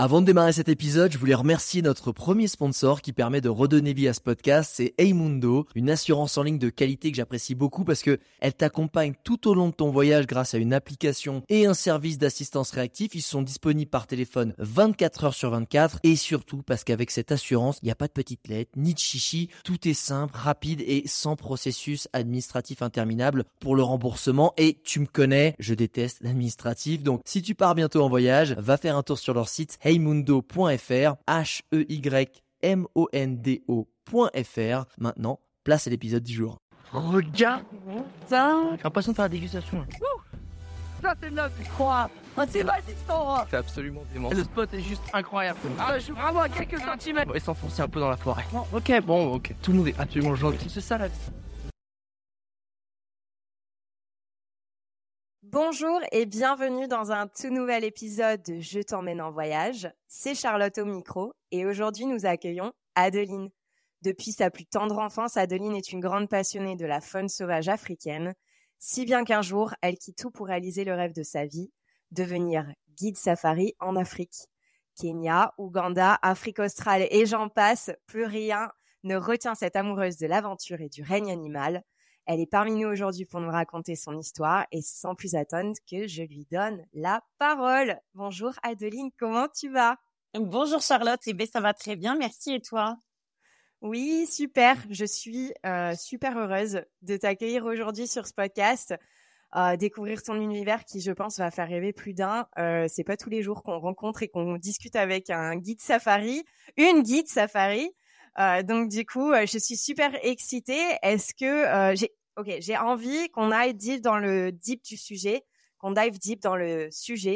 Avant de démarrer cet épisode, je voulais remercier notre premier sponsor qui permet de redonner vie à ce podcast, c'est Heymundo, une assurance en ligne de qualité que j'apprécie beaucoup parce que elle t'accompagne tout au long de ton voyage grâce à une application et un service d'assistance réactif. Ils sont disponibles par téléphone 24 heures sur 24 et surtout parce qu'avec cette assurance, il n'y a pas de petites lettres, ni de chichi, tout est simple, rapide et sans processus administratif interminable pour le remboursement. Et tu me connais, je déteste l'administratif, donc si tu pars bientôt en voyage, va faire un tour sur leur site heymundo.fr, heymundo.fr. Maintenant, place à l'épisode du jour. Regarde ça. J'ai l'impression de faire la dégustation. Ça c'est neuf, je crois. C'est magnifique. C'est absolument dément. Le spot est juste incroyable. Je suis vraiment à quelques centimètres. On va s'enfoncer un peu dans la forêt. Ok. Tout le monde est absolument gentil. C'est ça la vie. Bonjour et bienvenue dans un tout nouvel épisode de Je t'emmène en voyage. C'est Charlotte au micro et aujourd'hui nous accueillons Adeline. Depuis sa plus tendre enfance, Adeline est une grande passionnée de la faune sauvage africaine, si bien qu'un jour, elle quitte tout pour réaliser le rêve de sa vie, devenir guide safari en Afrique. Kenya, Ouganda, Afrique australe et j'en passe, plus rien ne retient cette amoureuse de l'aventure et du règne animal. Elle est parmi nous aujourd'hui pour nous raconter son histoire et sans plus attendre que je lui donne la parole. Bonjour Adeline, comment tu vas ? Bonjour Charlotte, ça va très bien, merci et toi ? Oui, super. Je suis super heureuse de t'accueillir aujourd'hui sur ce podcast, découvrir ton univers qui, je pense, va faire rêver plus d'un. C'est pas tous les jours qu'on rencontre et qu'on discute avec un guide safari, une guide safari. Donc du coup, je suis super excitée. Est-ce que j'ai envie qu'on aille deep dans le deep du sujet, qu'on dive deep dans le sujet.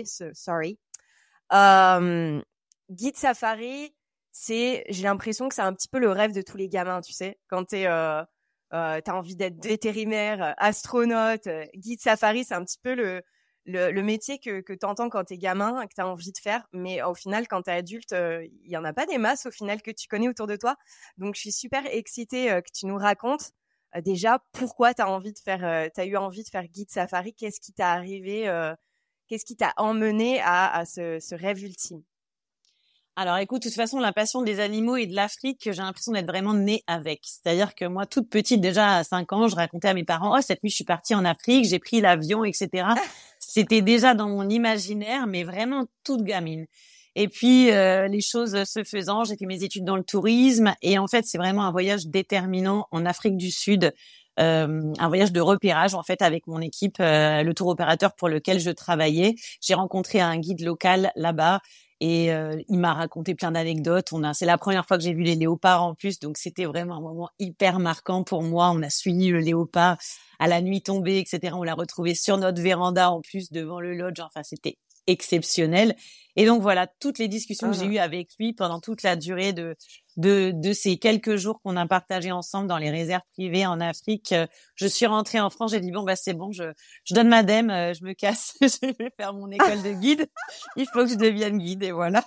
Guide safari, j'ai l'impression que c'est un petit peu le rêve de tous les gamins, tu sais, quand t'as envie d'être vétérinaire, astronaute, guide safari, c'est un petit peu le métier que t'entends quand t'es gamin et que t'as envie de faire, mais au final quand t'es adulte, il y en a pas des masses au final que tu connais autour de toi. Donc je suis super excitée que tu nous racontes déjà pourquoi t'as eu envie de faire guide safari, qu'est-ce qui t'est arrivé, qu'est-ce qui t'a emmené à ce rêve ultime. Alors écoute, de toute façon, la passion des animaux et de l'Afrique, j'ai l'impression d'être vraiment née avec. C'est-à-dire que moi, toute petite, déjà à 5 ans, je racontais à mes parents « Oh, cette nuit, je suis partie en Afrique, j'ai pris l'avion, etc. » C'était déjà dans mon imaginaire, mais vraiment toute gamine. Et puis, les choses se faisant, j'ai fait mes études dans le tourisme. Et en fait, c'est vraiment un voyage déterminant en Afrique du Sud. Un voyage de repérage, en fait, avec mon équipe, le tour opérateur pour lequel je travaillais. J'ai rencontré un guide local là-bas. Et il m'a raconté plein d'anecdotes. C'est la première fois que j'ai vu les léopards en plus, donc c'était vraiment un moment hyper marquant pour moi. On a suivi le léopard à la nuit tombée, etc. On l'a retrouvé sur notre véranda en plus devant le lodge. Enfin, c'était exceptionnel. Et donc voilà, toutes les discussions que j'ai eues avec lui pendant toute la durée de ces quelques jours qu'on a partagé ensemble dans les réserves privées en Afrique. Je suis rentrée en France, j'ai dit c'est bon, je donne ma dème, je me casse, je vais faire mon école de guide. Il faut que je devienne guide et voilà.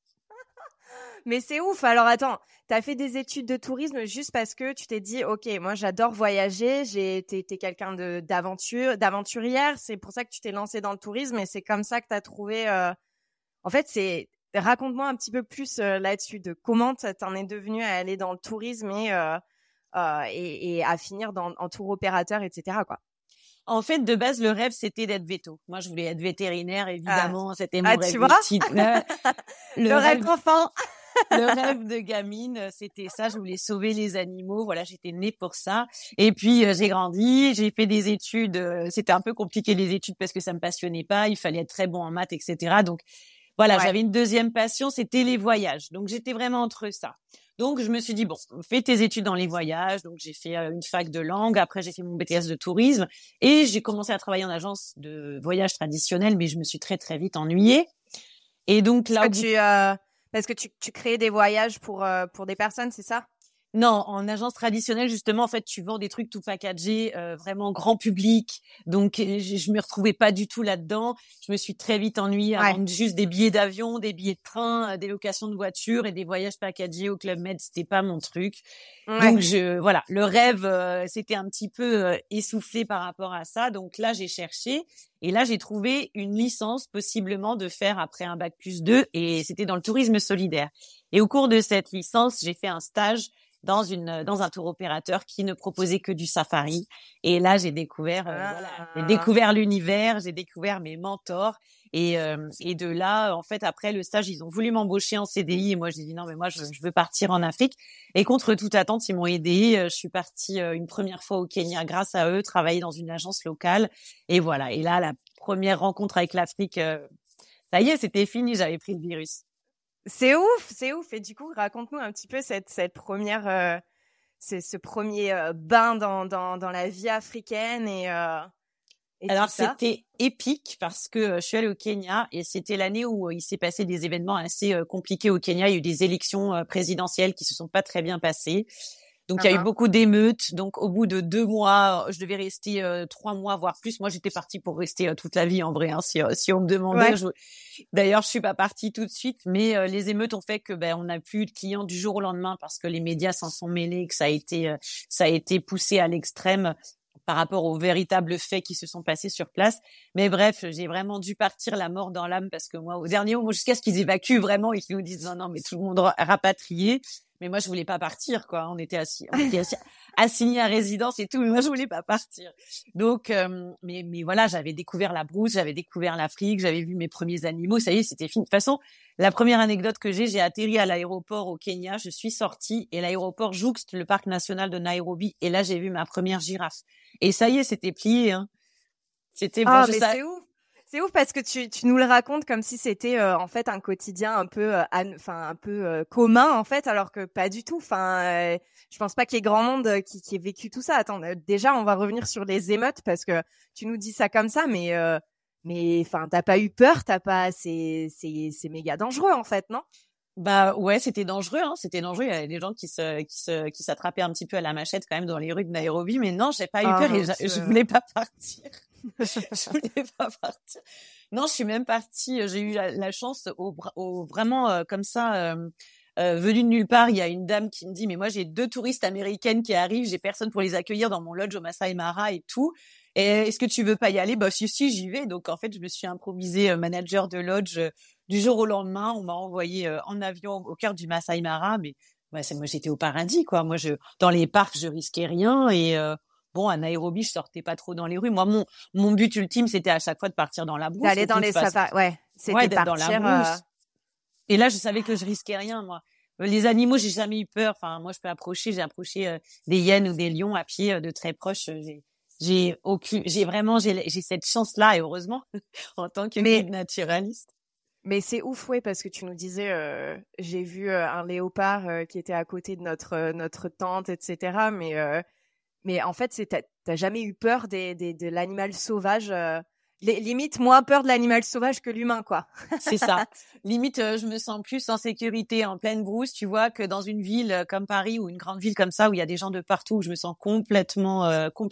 Mais c'est ouf. Alors attends, t'as fait des études de tourisme juste parce que tu t'es dit ok, moi j'adore voyager, t'es quelqu'un d'aventurière, c'est pour ça que tu t'es lancée dans le tourisme et c'est comme ça que t'as trouvé. En fait, raconte-moi un petit peu plus là-dessus de comment t'en es devenue à aller dans le tourisme et à finir en tour opérateur, etc. quoi. En fait, de base, le rêve, c'était d'être véto. Moi, je voulais être vétérinaire, évidemment. C'était mon rêve tu vois le rêve d'enfant. Le rêve de gamine, c'était ça. Je voulais sauver les animaux. Voilà, j'étais née pour ça. Et puis, j'ai grandi, j'ai fait des études. C'était un peu compliqué, les études, parce que ça me passionnait pas. Il fallait être très bon en maths, etc. Donc, voilà, j'avais une deuxième passion, c'était les voyages. Donc, j'étais vraiment entre ça. Donc, je me suis dit, fais tes études dans les voyages. Donc, j'ai fait une fac de langue. Après, j'ai fait mon BTS de tourisme. Et j'ai commencé à travailler en agence de voyage traditionnelle, mais je me suis très, très vite ennuyée. Et donc, là... Parce que tu créais des voyages pour des personnes, c'est ça ? Non, en agence traditionnelle, justement, en fait, tu vends des trucs tout packagés, vraiment grand public. Donc, je me retrouvais pas du tout là-dedans. Je me suis très vite ennuyée à vendre juste des billets d'avion, des billets de train, des locations de voitures et des voyages packagés au Club Med. C'était pas mon truc. Donc, voilà, le rêve, c'était un petit peu essoufflé par rapport à ça. Donc là, j'ai cherché et là, j'ai trouvé une licence possiblement de faire après un bac+2 et c'était dans le tourisme solidaire. Et au cours de cette licence, j'ai fait un stage dans un tour opérateur qui ne proposait que du safari. Et là, j'ai découvert, j'ai découvert l'univers, j'ai découvert mes mentors. Et de là, en fait, après le stage, ils ont voulu m'embaucher en CDI. Et moi, j'ai dit non, mais moi, je veux partir en Afrique. Et contre toute attente, ils m'ont aidée. Je suis partie une première fois au Kenya grâce à eux, travailler dans une agence locale. Et voilà. Et là, la première rencontre avec l'Afrique, ça y est, c'était fini. J'avais pris le virus. C'est ouf. Et du coup, raconte-nous un petit peu cette première, ce premier bain dans la vie africaine et alors, tout ça. c'était épique parce que je suis allée au Kenya et c'était l'année où il s'est passé des événements assez compliqués au Kenya. Il y a eu des élections présidentielles qui se sont pas très bien passées. Donc, il y a eu beaucoup d'émeutes. Donc, au bout de 2 mois, je devais rester 3 mois, voire plus. Moi, j'étais partie pour rester toute la vie, en vrai, hein, si on me demandait. D'ailleurs, je suis pas partie tout de suite, mais les émeutes ont fait que on n'a plus eu de clients du jour au lendemain parce que les médias s'en sont mêlés, que ça a été poussé à l'extrême par rapport aux véritables faits qui se sont passés sur place. Mais bref, j'ai vraiment dû partir la mort dans l'âme parce que moi, au dernier moment, jusqu'à ce qu'ils évacuent vraiment et qu'ils nous disent non, mais tout le monde rapatrié. Mais moi, je voulais pas partir, quoi. On était assignés à résidence et tout, mais moi, je voulais pas partir. Donc, mais voilà, j'avais découvert la brousse, j'avais découvert l'Afrique, j'avais vu mes premiers animaux. Ça y est, c'était fini. De toute façon, la première anecdote que j'ai atterri à l'aéroport au Kenya, je suis sortie et l'aéroport jouxte le parc national de Nairobi. Et là, j'ai vu ma première girafe. Et ça y est, c'était plié, hein. C'était bon. Mais c'est ouf. C'est ouf parce que tu nous le racontes comme si c'était en fait un quotidien un peu commun en fait, alors que pas du tout. Enfin, je pense pas qu'il y ait grand monde qui ait vécu tout ça. Attends, déjà on va revenir sur les émeutes parce que tu nous dis ça comme ça, mais enfin t'as pas eu peur, c'est méga dangereux en fait, non? Bah ouais, c'était dangereux, hein. C'était dangereux. Il y avait des gens qui s'attrapaient un petit peu à la machette quand même dans les rues de Nairobi, mais non, j'ai pas eu peur et je voulais pas partir. Je voulais pas partir. Non, je suis même partie. J'ai eu la chance vraiment comme ça. Venue de nulle part, il y a une dame qui me dit mais moi j'ai 2 touristes américaines qui arrivent, j'ai personne pour les accueillir dans mon lodge au Masai Mara et tout. Et est-ce que tu veux pas y aller? Bah si j'y vais. Donc en fait, je me suis improvisée manager de lodge du jour au lendemain. On m'a envoyée en avion au cœur du Masai Mara, mais moi j'étais au paradis quoi. Moi dans les parcs, je risquais rien et bon, à Nairobi, je sortais pas trop dans les rues. Moi, mon but ultime, c'était à chaque fois de partir dans la brousse. D'aller dans les safaris, c'était d'être dans la brousse. Et là, je savais que je risquais rien, moi. Les animaux, j'ai jamais eu peur. Enfin, moi, j'ai approché des hyènes ou des lions à pied de très proche. J'ai cette chance-là, et heureusement, en tant que guide naturaliste. Mais c'est ouf, ouais, parce que tu nous disais, j'ai vu un léopard qui était à côté de notre tente, etc. Mais en fait, t'as jamais eu peur de l'animal sauvage, limite moins peur de l'animal sauvage que l'humain, quoi. C'est ça. Limite, je me sens plus en sécurité en pleine brousse, tu vois, que dans une ville comme Paris ou une grande ville comme ça où il y a des gens de partout, où je me sens complètement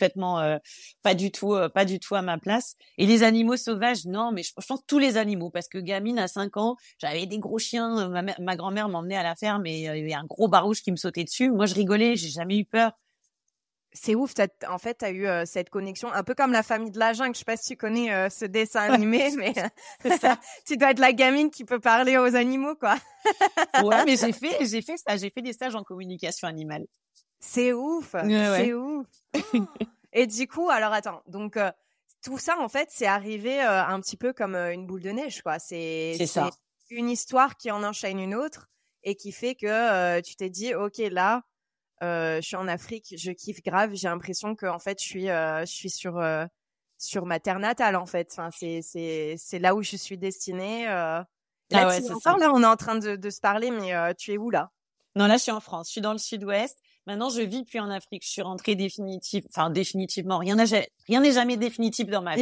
pas du tout à ma place. Et les animaux sauvages, non, mais je pense tous les animaux, parce que gamine à 5 ans, j'avais des gros chiens, ma grand-mère m'emmenait à la ferme et il y avait un gros barouche qui me sautait dessus. Moi, je rigolais, j'ai jamais eu peur. C'est ouf, t'as eu cette connexion, un peu comme la famille de la jungle. Je sais pas si tu connais ce dessin animé, mais ça, tu dois être la gamine qui peut parler aux animaux, quoi. Ouais, mais j'ai fait ça, j'ai fait des stages en communication animale. C'est ouf, c'est ouf. Et du coup, alors attends, donc tout ça en fait, c'est arrivé un petit peu comme une boule de neige, quoi. C'est ça. Une histoire qui en enchaîne une autre et qui fait que tu t'es dit, ok, là. Je suis en Afrique, je kiffe grave. J'ai l'impression que en fait, je suis sur ma terre natale en fait. Enfin, c'est là où je suis destinée. Là, on est en train de se parler, mais tu es où là? Non, là, je suis en France. Je suis dans le Sud-Ouest. Maintenant, je vis plus en Afrique. Je suis rentrée définitivement. Rien n'est jamais définitif dans ma vie.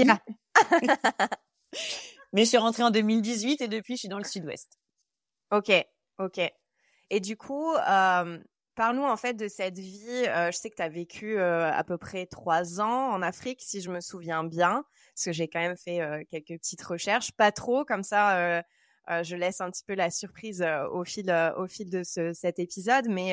Mais je suis rentrée en 2018 et depuis, je suis dans le Sud-Ouest. Ok. Et du coup. Parle-nous en fait de cette vie. Je sais que tu as vécu à peu près 3 ans en Afrique, si je me souviens bien, parce que j'ai quand même fait quelques petites recherches, pas trop, comme ça je laisse un petit peu la surprise au fil de cet épisode. Mais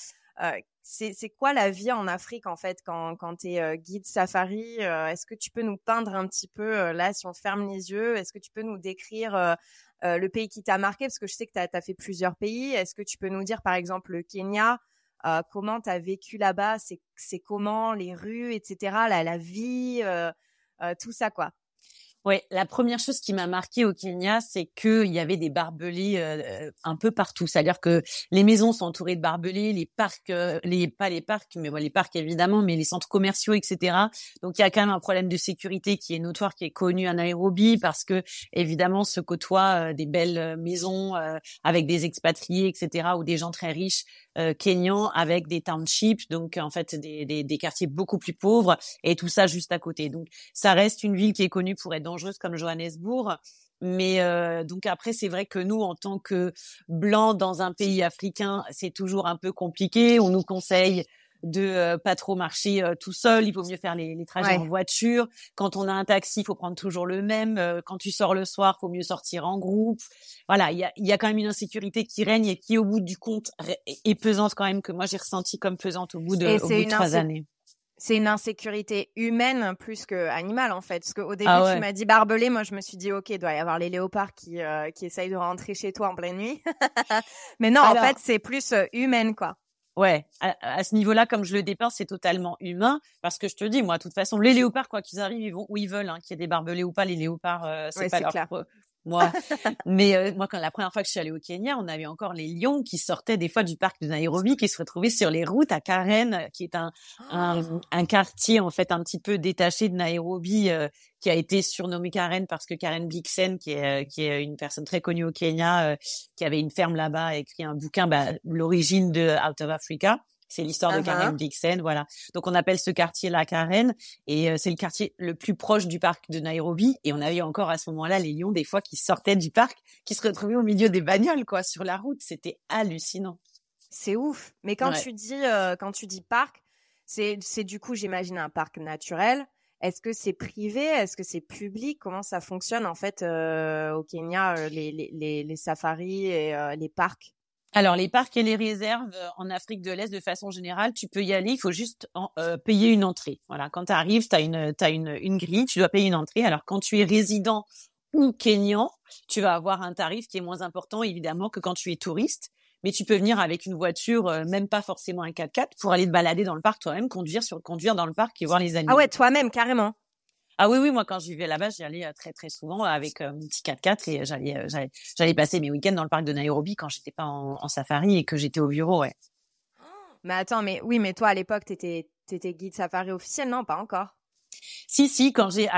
c'est quoi la vie en Afrique en fait quand tu es guide safari? Est-ce que tu peux nous peindre un petit peu, là, si on ferme les yeux, est-ce que tu peux nous décrire le pays qui t'a marqué? Parce que je sais que tu as fait plusieurs pays. Est-ce que tu peux nous dire par exemple le Kenya? Comment tu as vécu là-bas? C'est comment les rues, etc., la vie, tout ça quoi. Ouais, la première chose qui m'a marquée au Kenya, c'est qu'il y avait des barbelés un peu partout. C'est-à-dire que les maisons sont entourées de barbelés, les parcs, pas les parcs, mais les parcs évidemment, mais les centres commerciaux, etc. Donc il y a quand même un problème de sécurité qui est notoire, qui est connu à Nairobi, parce que évidemment se côtoient des belles maisons avec des expatriés, etc., ou des gens très riches kenyans avec des townships, donc en fait des quartiers beaucoup plus pauvres, et tout ça juste à côté. Donc ça reste une ville qui est connue pour être dangereuse comme Johannesburg. Mais donc après, c'est vrai que nous, en tant que blancs dans un pays africain, c'est toujours un peu compliqué. On nous conseille de pas trop marcher tout seul. Il vaut mieux faire les trajets en voiture. Quand on a un taxi, il faut prendre toujours le même. Quand tu sors le soir, faut mieux sortir en groupe. Voilà, il y a quand même une insécurité qui règne et qui, au bout du compte, est pesante quand même, que moi j'ai ressenti comme pesante au bout de 3 années. C'est une insécurité humaine plus que animale en fait, parce qu'au début tu m'as dit barbelé, moi je me suis dit ok, il doit y avoir les léopards qui essayent de rentrer chez toi en pleine nuit. Mais non, en fait c'est plus humaine quoi. Ouais, à ce niveau-là, comme je le dépeins, c'est totalement humain, parce que je te dis, moi, de toute façon, les léopards, quoi qu'ils arrivent, ils vont où ils veulent, hein, qu'il y ait des barbelés ou pas, les léopards, c'est pas leur moi. Mais moi, quand la première fois que je suis allée au Kenya, on avait encore les lions qui sortaient des fois du parc de Nairobi, qui se retrouvaient sur les routes à Karen, qui est un quartier en fait un petit peu détaché de Nairobi, qui a été surnommé Karen parce que Karen Blixen, qui est une personne très connue au Kenya, qui avait une ferme là-bas, a écrit un bouquin, l'origine de Out of Africa. C'est l'histoire de Karen Blixen, voilà. Donc on appelle ce quartier-là Karen, et c'est le quartier le plus proche du parc de Nairobi. Et on avait encore à ce moment-là les lions des fois qui sortaient du parc, qui se retrouvaient au milieu des bagnoles, quoi, sur la route. C'était hallucinant. C'est ouf. Mais quand tu dis parc, c'est du coup, j'imagine, un parc naturel. Est-ce que c'est privé? Est-ce que c'est public? Comment ça fonctionne en fait au Kenya, les safaris et les parcs? Alors, les parcs et les réserves en Afrique de l'Est, de façon générale, tu peux y aller. Il faut juste payer une entrée. Voilà, quand tu arrives, t'as une grille, tu dois payer une entrée. Alors, quand tu es résident ou kényan, tu vas avoir un tarif qui est moins important, évidemment, que quand tu es touriste. Mais tu peux venir avec une voiture, même pas forcément un 4x4, pour aller te balader dans le parc toi-même, conduire dans le parc et voir les animaux. Ah ouais, toi-même, carrément. Ah oui, moi, quand je vivais là-bas, j'y allais très, très souvent avec mon petit 4x4, et j'allais passer mes week-ends dans le parc de Nairobi quand j'étais pas en safari et que j'étais au bureau, ouais. Mais attends, mais toi, à l'époque, t'étais guide safari officiel, non? Pas encore. Si, quand j'ai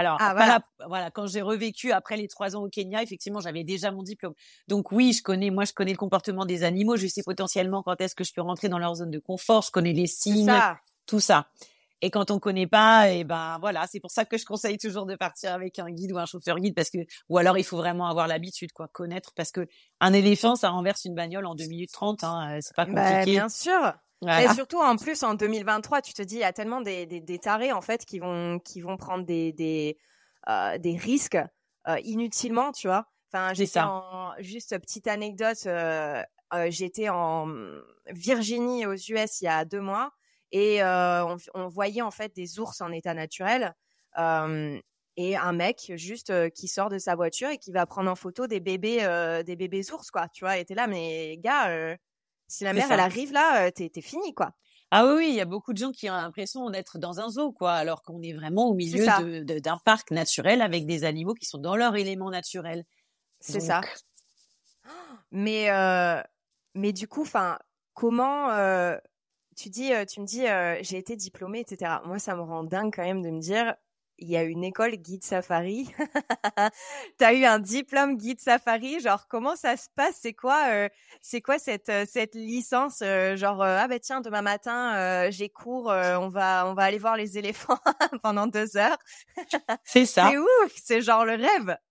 revécu après les 3 ans au Kenya, effectivement, j'avais déjà mon diplôme. Donc oui, je connais le comportement des animaux, je sais potentiellement quand est-ce que je peux rentrer dans leur zone de confort, je connais les signes, tout ça. Et quand on connaît pas, voilà, c'est pour ça que je conseille toujours de partir avec un guide ou un chauffeur guide, ou alors il faut vraiment avoir l'habitude, connaître, parce que un éléphant, ça renverse une bagnole en 2 minutes 30, hein, c'est pas compliqué. Bien sûr. Voilà. Et surtout, en plus, en 2023, tu te dis, il y a tellement des tarés, en fait, qui vont prendre des risques inutilement, tu vois. Enfin, juste petite anecdote, j'étais en Virginie, aux US, il y a 2 mois, et on voyait, en fait, des ours en état naturel, et un mec juste qui sort de sa voiture et qui va prendre en photo des bébés ours, quoi, tu vois. Et t'es là, mais gars, si la mère, elle arrive là, t'es fini, quoi. Ah oui, il y a beaucoup de gens qui ont l'impression d'être dans un zoo, quoi, alors qu'on est vraiment au milieu d'un parc naturel avec des animaux qui sont dans leur élément naturel. C'est ça. Mais du coup, enfin, comment tu me dis, j'ai été diplômée, etc. Moi, ça me rend dingue quand même de me dire, il y a une école guide safari. T'as eu un diplôme guide safari. Genre, comment ça se passe? C'est quoi cette licence? Tiens, demain matin, j'ai cours, on va aller voir les éléphants pendant 2 heures. C'est ça. C'est ouf. C'est genre le rêve.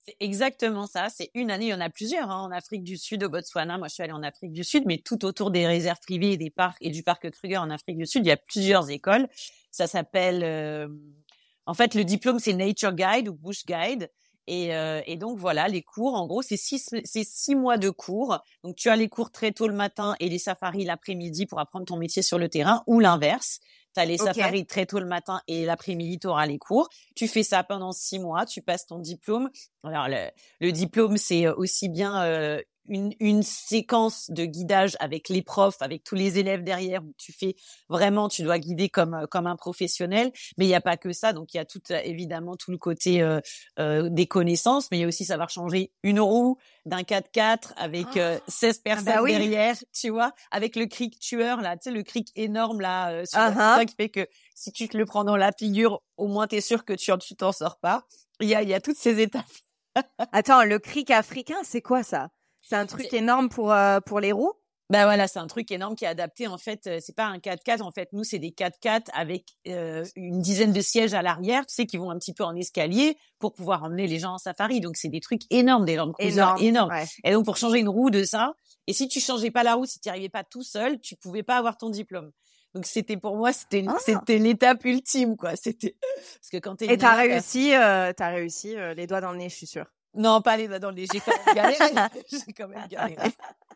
C'est exactement ça. C'est une année. Il y en a plusieurs en Afrique du Sud, au Botswana. Moi, je suis allée en Afrique du Sud, mais tout autour des réserves privées et des parcs et du parc Kruger en Afrique du Sud, il y a plusieurs écoles. Ça s'appelle, en fait, le diplôme c'est Nature Guide ou Bush Guide. Et donc voilà, les cours, en gros, c'est 6 mois de cours. Donc tu as les cours très tôt le matin et les safaris l'après-midi pour apprendre ton métier sur le terrain, ou l'inverse. Tu as les safaris très tôt le matin et l'après-midi, tu auras les cours. Tu fais ça pendant 6 mois, tu passes ton diplôme. Alors le diplôme, c'est aussi bien une séquence de guidage avec les profs, avec tous les élèves derrière, où tu dois guider comme un professionnel. Mais il n'y a pas que ça, donc il y a évidemment tout le côté des connaissances, mais il y a aussi savoir changer une roue d'un 4x4 avec 16 personnes derrière, tu vois, avec le cric tueur là, tu sais, le cric énorme là, sur ça qui fait que si tu te le prends dans la figure, au moins t'es sûr que tu t'en sors pas. Il y a toutes ces étapes. Attends, le cric africain, c'est quoi ça? C'est un truc énorme pour les roues? Bah voilà, c'est un truc énorme qui est adapté. En fait, c'est pas un 4x4. En fait, nous, c'est des 4x4 avec une dizaine de sièges à l'arrière, tu sais, qui vont un petit peu en escalier pour pouvoir emmener les gens en safari. Donc, c'est des trucs énormes, des Land Cruiser énormes. Ouais. Et donc, pour changer une roue de ça, et si tu changeais pas la roue, si tu n'y arrivais pas tout seul, tu pouvais pas avoir ton diplôme. Donc, pour moi, c'était l'étape ultime, quoi. Parce que quand t'es et t'as réussi les doigts dans le nez, je suis sûre. Non, pas les doigts dans le nez. J'ai quand même galéré.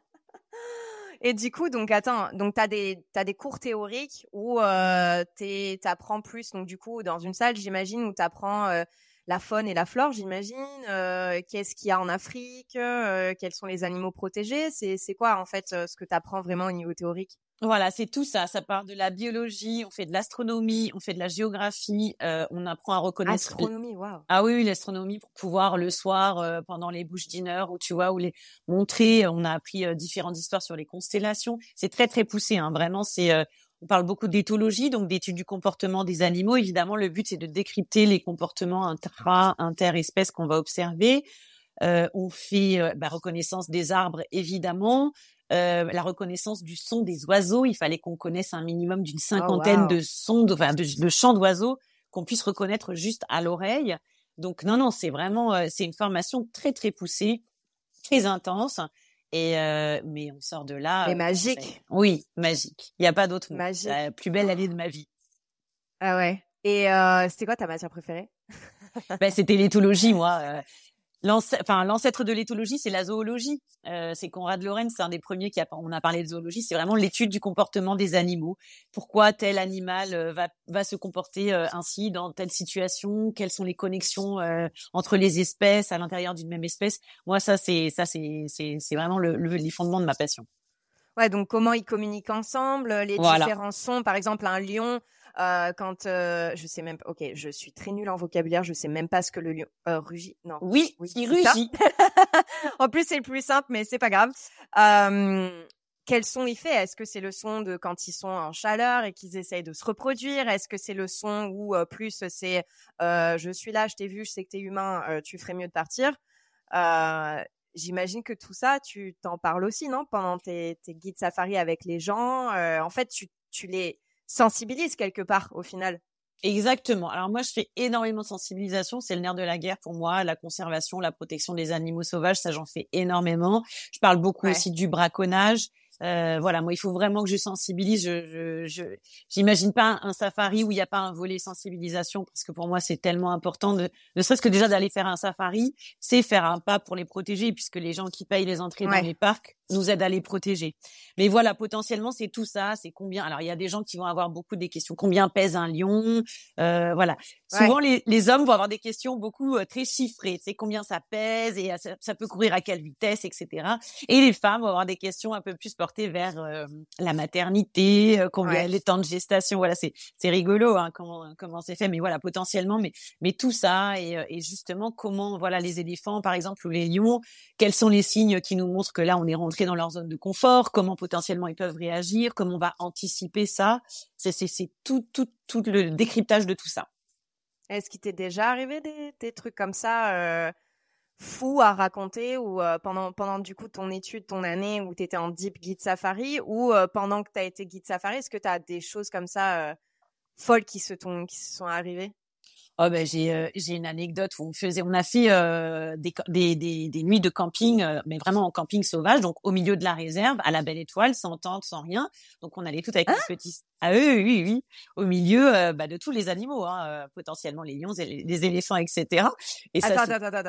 Et du coup, donc attends, donc t'as des cours théoriques où t'apprends plus. Donc du coup, dans une salle, j'imagine, où t'apprends la faune et la flore, j'imagine. Qu'est-ce qu'il y a en Afrique, quels sont les animaux protégés. C'est quoi en fait ce que t'apprends vraiment au niveau théorique? Voilà, c'est tout ça. Ça part de la biologie, on fait de l'astronomie, on fait de la géographie, on apprend à reconnaître. Astronomie, waouh. Ah oui, l'astronomie pour pouvoir le soir, pendant les bush dinner, où tu vois, où les montrer. On a appris différentes histoires sur les constellations. C'est très très poussé, hein. Vraiment, on parle beaucoup d'éthologie, donc d'études du comportement des animaux. Évidemment, le but c'est de décrypter les comportements interespèces qu'on va observer. On fait reconnaissance des arbres, évidemment. La reconnaissance du son des oiseaux. Il fallait qu'on connaisse un minimum d'une cinquantaine de sons, de chants d'oiseaux qu'on puisse reconnaître juste à l'oreille. Donc non, c'est vraiment, c'est une formation très très poussée, très intense. Mais on sort de là. Mais magique. Oui, magique. Il n'y a pas d'autre mot. Magique. La plus belle année de ma vie. Ah ouais. Et c'était quoi ta matière préférée? C'était l'éthologie, moi. L'ancêtre de l'éthologie, c'est la zoologie. C'est Konrad Lorenz, c'est un des premiers on a parlé de zoologie. C'est vraiment l'étude du comportement des animaux. Pourquoi tel animal va se comporter ainsi dans telle situation? Quelles sont les connexions entre les espèces à l'intérieur d'une même espèce? Moi, c'est vraiment les fondements de ma passion. Ouais, donc comment ils communiquent ensemble, les différents sons. Par exemple, un lion. Quand je sais même pas. Ok, je suis très nulle en vocabulaire. Je sais même pas ce que le lion rugit. Non. Oui, il rugit. En plus, c'est le plus simple, mais c'est pas grave. Quel son il fait? Est-ce que c'est le son de quand ils sont en chaleur et qu'ils essayent de se reproduire? Est-ce que c'est le son où plus c'est je suis là, je t'ai vu, je sais que t'es humain, tu ferais mieux de partir? J'imagine que tout ça, tu t'en parles aussi, non? Pendant tes guides safari avec les gens. En fait, tu les sensibilise quelque part au final. Exactement. Alors moi, je fais énormément de sensibilisation. C'est le nerf de la guerre pour moi. La conservation, la protection des animaux sauvages, ça j'en fais énormément. Je parle beaucoup aussi du braconnage. Voilà, moi, il faut vraiment que je sensibilise. J'imagine pas un safari où il n'y a pas un volet sensibilisation, parce que pour moi, c'est tellement important ne serait-ce que déjà d'aller faire un safari, c'est faire un pas pour les protéger, puisque les gens qui payent les entrées dans les parcs nous aident à les protéger. Mais voilà, potentiellement, c'est tout ça. C'est combien. Alors, il y a des gens qui vont avoir beaucoup des questions. Combien pèse un lion? Voilà. Souvent, les hommes vont avoir des questions beaucoup très chiffrées. C'est combien ça pèse et ça peut courir à quelle vitesse, etc. Et les femmes vont avoir des questions un peu plus portées vers la maternité, combien les temps de gestation. Voilà, c'est rigolo hein, comment c'est fait. Mais voilà, potentiellement, mais tout ça et justement comment voilà les éléphants par exemple ou les lions, quels sont les signes qui nous montrent que là on est rentré dans leur zone de confort, comment potentiellement ils peuvent réagir, comment on va anticiper ça. C'est tout le décryptage de tout ça. Est-ce qu'il t'est déjà arrivé des trucs comme ça fous à raconter ou pendant du coup ton étude, ton année où tu étais en deep guide safari ou pendant que tu as été guide safari, est-ce que tu as des choses comme ça folles qui se sont arrivées? Oh ben j'ai une anecdote où on a fait des nuits de camping, mais vraiment en camping sauvage, donc au milieu de la réserve, à la Belle Étoile, sans tente, sans rien. Donc on allait tout avec les petits. Ah oui, au milieu de tous les animaux, potentiellement les lions, les éléphants, etc. Et attends.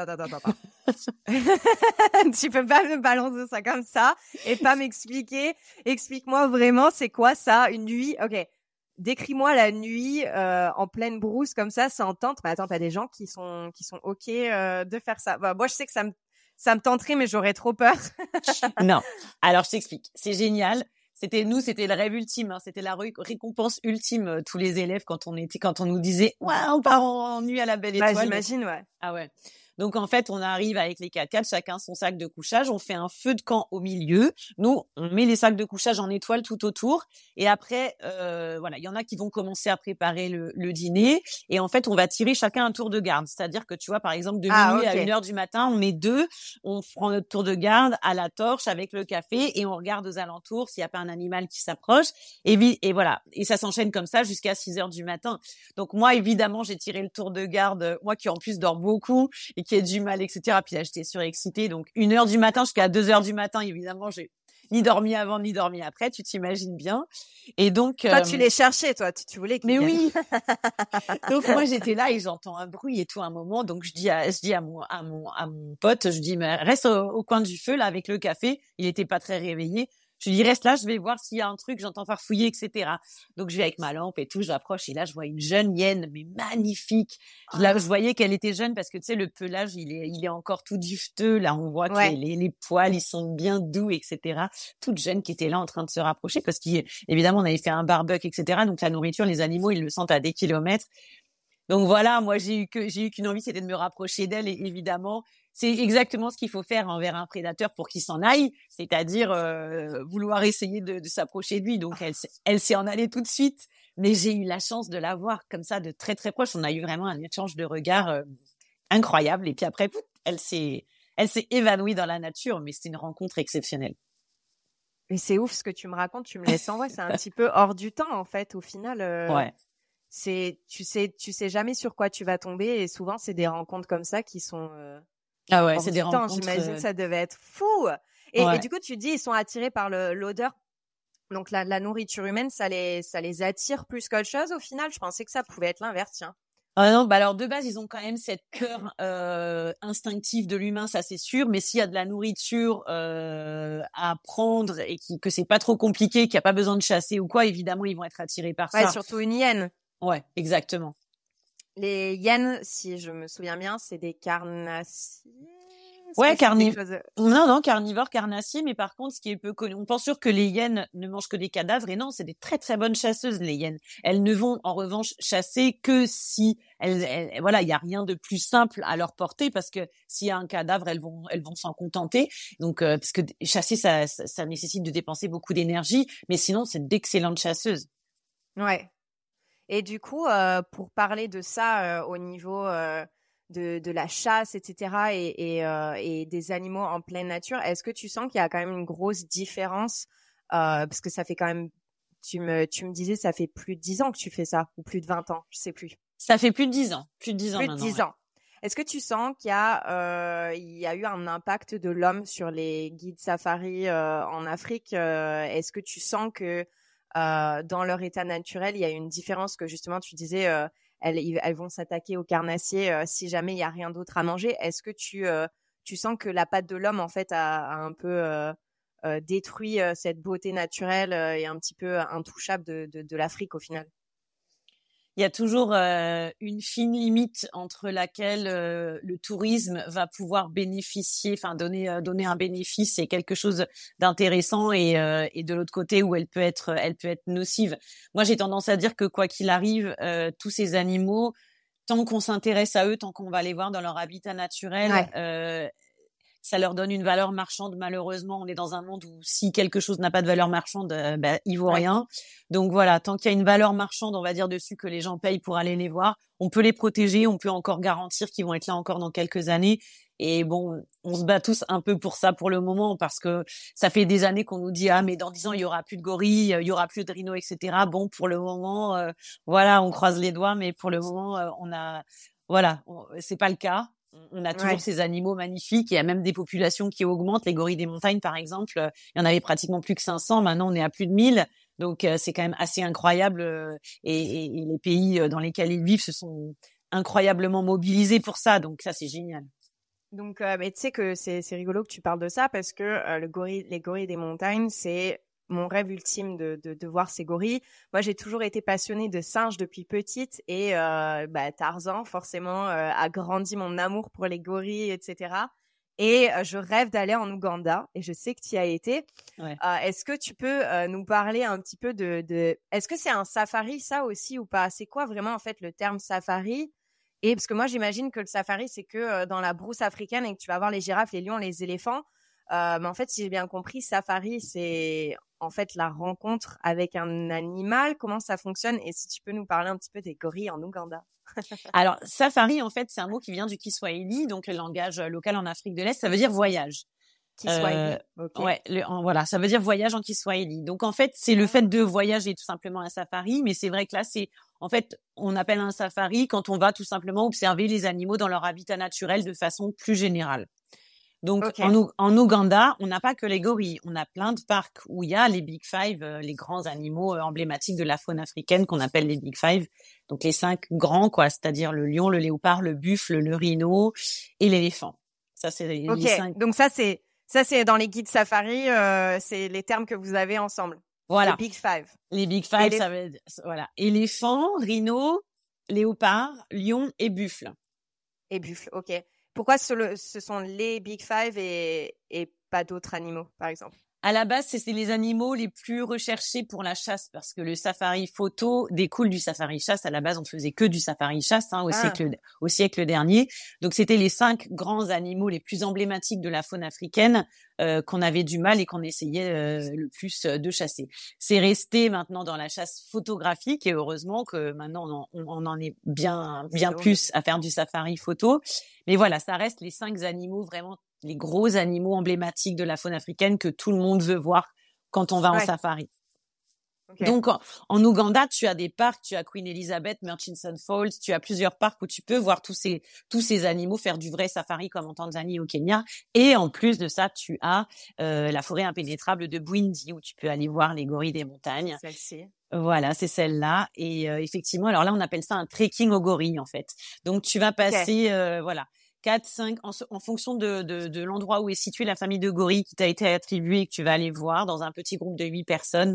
Tu peux pas me balancer ça comme ça et pas m'expliquer. Explique-moi vraiment, c'est quoi ça, une nuit? Ok. Décris-moi la nuit en pleine brousse comme ça, sans tente. Mais attends, t'as des gens qui sont ok de faire ça. Bah, moi, je sais que ça me tenterait, mais j'aurais trop peur. Non. Alors, je t'explique. C'est génial. C'était le rêve ultime. C'était la récompense ultime. Tous les élèves quand on nous disait, ouais, on part en nuit à la Belle Étoile. J'imagine, ouais. Ah ouais. Donc en fait, on arrive avec les 4x4, chacun son sac de couchage, on fait un feu de camp au milieu. Nous, on met les sacs de couchage en étoile tout autour. Et après, il y en a qui vont commencer à préparer le dîner. Et en fait, on va tirer chacun un tour de garde. C'est-à-dire que tu vois, par exemple, de minuit à 1h du matin, on est 2, on prend notre tour de garde à la torche avec le café et on regarde aux alentours s'il n'y a pas un animal qui s'approche. Et voilà. Et ça s'enchaîne comme ça jusqu'à 6h du matin. Donc moi, évidemment, j'ai tiré le tour de garde, moi qui en plus dors beaucoup et qui a du mal, etc. Puis là, j'étais surexcitée. Donc, 1h du matin jusqu'à 2h du matin, évidemment, j'ai ni dormi avant, ni dormi après. Tu t'imagines bien. Et donc... Toi, tu les cherchais, toi. Tu voulais qu'ils viennent. Oui. Donc, moi, j'étais là et j'entends un bruit et tout à un moment. Donc, je dis à mon pote, je dis, mais reste au coin du feu, là, avec le café. Il était pas très réveillé. Je lui dis, reste là, je vais voir s'il y a un truc, j'entends farfouiller, etc. Donc, je vais avec ma lampe et tout, j'approche et là, je vois une jeune hyène, mais magnifique. Je voyais qu'elle était jeune parce que, tu sais, le pelage, il est encore tout dufteux. Là, on voit que les poils, ils sont bien doux, etc. Toute jeune qui était là en train de se rapprocher parce qu'évidemment, on avait fait un barbecue, etc. Donc, la nourriture, les animaux, ils le sentent à des kilomètres. Donc voilà, moi j'ai eu qu'une envie, c'était de me rapprocher d'elle et évidemment, c'est exactement ce qu'il faut faire envers un prédateur pour qu'il s'en aille, c'est-à-dire vouloir essayer de s'approcher de lui. Donc elle s'est en allée tout de suite, mais j'ai eu la chance de la voir comme ça de très très proche. On a eu vraiment un échange de regards incroyable et puis après elle s'est évanouie dans la nature, mais c'était une rencontre exceptionnelle. Mais c'est ouf ce que tu me racontes, tu me laisses en vrai, c'est un petit peu hors du temps en fait au final. Ouais. Tu sais jamais sur quoi tu vas tomber et souvent c'est des rencontres comme ça qui sont c'est des rencontres. J'imagine que ça devait être fou. Et du coup tu dis ils sont attirés par l'odeur. Donc la nourriture humaine ça les attire plus qu'autre chose au final. Je pensais que ça pouvait être l'inverse, tiens. Ah non, alors de base ils ont quand même cette peur instinctive de l'humain, ça c'est sûr, mais s'il y a de la nourriture à prendre et que c'est pas trop compliqué, qu'il y a pas besoin de chasser ou quoi, évidemment ils vont être attirés par ça. Ouais, surtout une hyène. Ouais, exactement. Les hyènes, si je me souviens bien, c'est des carnassiers. Ouais, carnivores, carnassiers, mais par contre, ce qui est peu connu, on pense sûr que les hyènes ne mangent que des cadavres, et non, c'est des très très bonnes chasseuses, les hyènes. Elles ne vont en revanche chasser que si il y a rien de plus simple à leur porter, parce que s'il y a un cadavre, elles vont s'en contenter. Donc, parce que chasser, ça nécessite de dépenser beaucoup d'énergie, mais sinon, c'est d'excellentes chasseuses. Ouais. Et du coup, pour parler de ça au niveau de la chasse, etc., et des animaux en pleine nature, est-ce que tu sens qu'il y a quand même une grosse différence parce que ça fait quand même, tu me disais, ça fait plus de 10 ans que tu fais ça, ou plus de 20 ans, je sais plus. Ça fait plus de 10 ans. Plus de 10 ans plus maintenant. De 10 ans. Est-ce que tu sens qu'il y a eu un impact de l'homme sur les guides safari en Afrique Est-ce que tu sens que dans leur état naturel, il y a une différence que justement tu disais, elles vont s'attaquer aux carnassiers si jamais il y a rien d'autre à manger. Est-ce que tu sens que la patte de l'homme en fait a un peu détruit cette beauté naturelle et un petit peu intouchable de l'Afrique au final? Il y a toujours une fine limite entre laquelle le tourisme va pouvoir bénéficier, enfin donner un bénéfice et quelque chose d'intéressant, et de l'autre côté où elle peut être nocive. Moi, j'ai tendance à dire que quoi qu'il arrive, tous ces animaux, tant qu'on s'intéresse à eux, tant qu'on va les voir dans leur habitat naturel, ça leur donne une valeur marchande. Malheureusement, on est dans un monde où si quelque chose n'a pas de valeur marchande, il vaut rien. Donc voilà, tant qu'il y a une valeur marchande, on va dire dessus, que les gens payent pour aller les voir, on peut les protéger, on peut encore garantir qu'ils vont être là encore dans quelques années. Et bon, on se bat tous un peu pour ça pour le moment parce que ça fait des années qu'on nous dit ah mais dans 10 ans il y aura plus de gorilles, il y aura plus de rhinos, etc. Bon, pour le moment, voilà, on croise les doigts, mais pour le moment, c'est pas le cas. On a toujours ces animaux magnifiques. Il y a même des populations qui augmentent. Les gorilles des montagnes, par exemple, il y en avait pratiquement plus que 500. Maintenant, on est à plus de 1000. Donc, c'est quand même assez incroyable. Et les pays dans lesquels ils vivent se sont incroyablement mobilisés pour ça. Donc, ça, c'est génial. Donc, mais tu sais que c'est rigolo que tu parles de ça parce que les gorilles des montagnes, c'est mon rêve ultime de voir ces gorilles. Moi, j'ai toujours été passionnée de singes depuis petite et Tarzan, forcément, a grandi mon amour pour les gorilles, etc. Et je rêve d'aller en Ouganda et je sais que tu y as été. Ouais. Est-ce que tu peux nous parler un petit peu de... Est-ce que c'est un safari, ça aussi, ou pas? C'est quoi vraiment, en fait, le terme safari? Et parce que moi, j'imagine que le safari, c'est que dans la brousse africaine et que tu vas voir les girafes, les lions, les éléphants. Mais en fait, si j'ai bien compris, safari, c'est en fait la rencontre avec un animal. Comment ça fonctionne? Et si tu peux nous parler un petit peu des gorilles en Ouganda. Alors, safari, en fait, c'est un mot qui vient du Kiswahili, donc le langage local en Afrique de l'Est. Ça veut dire voyage. Kiswahili. Okay. Ouais, voilà, ça veut dire voyage en Kiswahili. Donc en fait, c'est le fait de voyager tout simplement un safari, mais c'est vrai que là on appelle un safari quand on va tout simplement observer les animaux dans leur habitat naturel de façon plus générale. Donc en Ouganda, on n'a pas que les gorilles, on a plein de parcs où il y a les Big Five, les grands animaux emblématiques de la faune africaine qu'on appelle les Big Five. Donc les 5 grands quoi, c'est-à-dire le lion, le léopard, le buffle, le rhino et l'éléphant. Ça c'est les 5. Donc ça c'est dans les guides safari, c'est les termes que vous avez ensemble. Voilà. Les Big Five. Les Big Five, ça veut dire, voilà. Éléphant, rhino, léopard, lion et buffle. Et buffle, ok. Pourquoi ce sont les Big Five et pas d'autres animaux, par exemple? À la base, c'est les animaux les plus recherchés pour la chasse parce que le safari photo découle du safari chasse. À la base, on faisait que du safari chasse au siècle dernier. Donc, c'était les 5 grands animaux les plus emblématiques de la faune africaine qu'on avait du mal et qu'on essayait le plus de chasser. C'est resté maintenant dans la chasse photographique et heureusement que maintenant on en est bien plus à faire du safari photo. Mais voilà, ça reste les 5 animaux vraiment les gros animaux emblématiques de la faune africaine que tout le monde veut voir quand on va en safari. Okay. Donc, en Ouganda, tu as des parcs, tu as Queen Elizabeth, Murchison Falls, tu as plusieurs parcs où tu peux voir tous ces animaux faire du vrai safari comme en Tanzanie et au Kenya. Et en plus de ça, tu as la forêt impénétrable de Bwindi où tu peux aller voir les gorilles des montagnes. Celle-ci. Voilà, c'est celle-là. Et effectivement, alors là, on appelle ça un trekking aux gorilles, en fait. Donc, tu vas passer, 4, 5, en fonction de l'endroit où est située la famille de gorilles qui t'a été attribuée et que tu vas aller voir dans un petit groupe de 8 personnes.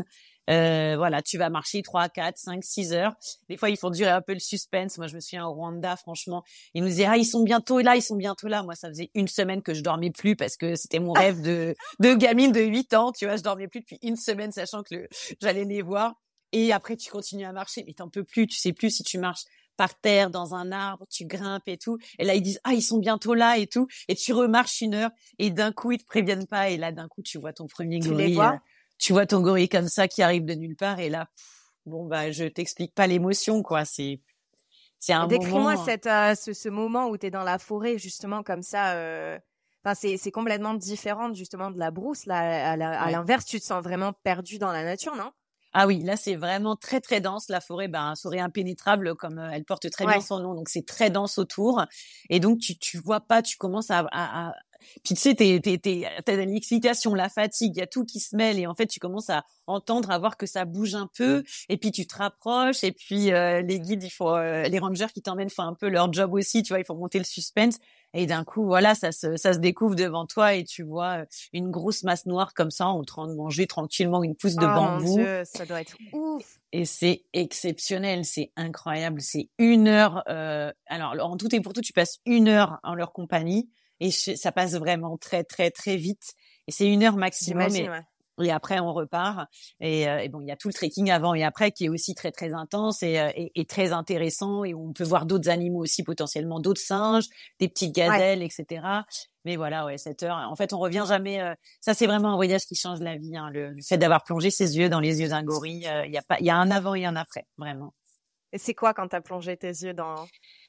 Tu vas marcher 3, 4, 5, 6 heures. Des fois, ils font durer un peu le suspense. Moi, je me souviens au Rwanda, franchement, ils nous disaient, ils sont bientôt là. Moi, ça faisait 1 semaine que je dormais plus parce que c'était mon rêve de gamine de 8 ans. Tu vois, je dormais plus depuis 1 semaine, sachant que j'allais les voir. Et après, tu continues à marcher, mais t'en peux plus. Tu sais plus si tu marches par terre, dans un arbre, tu grimpes et tout. Et là, ils disent, ils sont bientôt là et tout. Et tu remarches 1 heure et d'un coup, ils te préviennent pas. Et là, d'un coup, tu vois ton premier gorille. Tu les vois? Tu vois ton gorille comme ça qui arrive de nulle part. Et là, je t'explique pas l'émotion, quoi. C'est un Décris-moi moment. ce moment où t'es dans la forêt, justement, comme ça. C'est complètement différent, justement, de la brousse. Là, à l'inverse, tu te sens vraiment perdu dans la nature, non? Ah oui, là c'est vraiment très très dense. La forêt, forêt impénétrable comme elle porte très bien son nom, donc c'est très dense autour. Et donc tu vois pas, tu commences à puis tu sais t'as l'excitation, la fatigue, il y a tout qui se mêle et en fait tu commences à entendre, à voir que ça bouge un peu. Et puis tu te rapproches et puis les guides, les rangers qui t'emmènent font un peu leur job aussi, tu vois, il faut monter le suspense. Et d'un coup, voilà, ça se découvre devant toi et tu vois une grosse masse noire comme ça en train de manger tranquillement une pousse de bambou. Mon Dieu, ça doit être ouf. Et c'est exceptionnel, c'est incroyable. C'est 1 heure. Alors, en tout et pour tout, tu passes 1 heure en leur compagnie et ça passe vraiment très, très, très vite. Et c'est 1 heure maximum. Et après, on repart. Et bon, il y a tout le trekking avant et après qui est aussi très, très intense et très intéressant. Et on peut voir d'autres animaux aussi, potentiellement d'autres singes, des petites gazelles, etc. Mais voilà, 7 heures. En fait, on revient jamais. Ça, c'est vraiment un voyage qui change la vie. Hein, le fait d'avoir plongé ses yeux dans les yeux d'un gorille, il y a un avant et un après, vraiment. Et c'est quoi quand t'as plongé tes yeux dans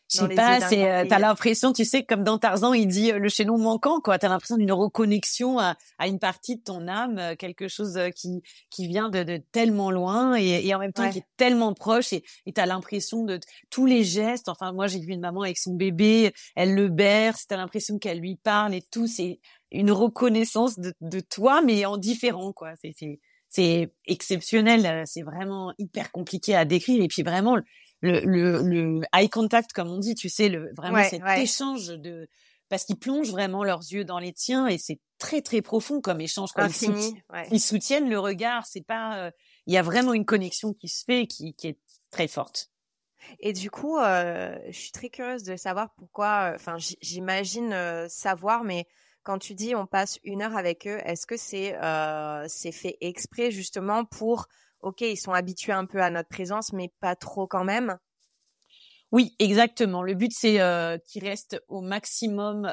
Je sais pas, t'as l'impression, tu sais, comme dans Tarzan, il dit le chaînon manquant, quoi. T'as l'impression d'une reconnexion à une partie de ton âme, quelque chose qui vient de tellement loin et en même temps qui est tellement proche et t'as l'impression de tous les gestes. Enfin, moi, j'ai vu une maman avec son bébé, elle le berce, t'as l'impression qu'elle lui parle et tout. C'est une reconnaissance de toi, mais en différent, quoi. C'est exceptionnel. C'est vraiment hyper compliqué à décrire et puis vraiment le eye contact, comme on dit, tu sais, vraiment cet échange parce qu'ils plongent vraiment leurs yeux dans les tiens et c'est très très profond comme échange. Ils soutiennent le regard. C'est pas, il y a vraiment une connexion qui se fait qui est très forte. Et du coup, je suis très curieuse de savoir pourquoi. Enfin, j'imagine savoir, mais quand tu dis on passe 1 heure avec eux, est-ce que c'est fait exprès justement pour OK, ils sont habitués un peu à notre présence, mais pas trop quand même? Oui, exactement. Le but, c'est qu'ils restent au maximum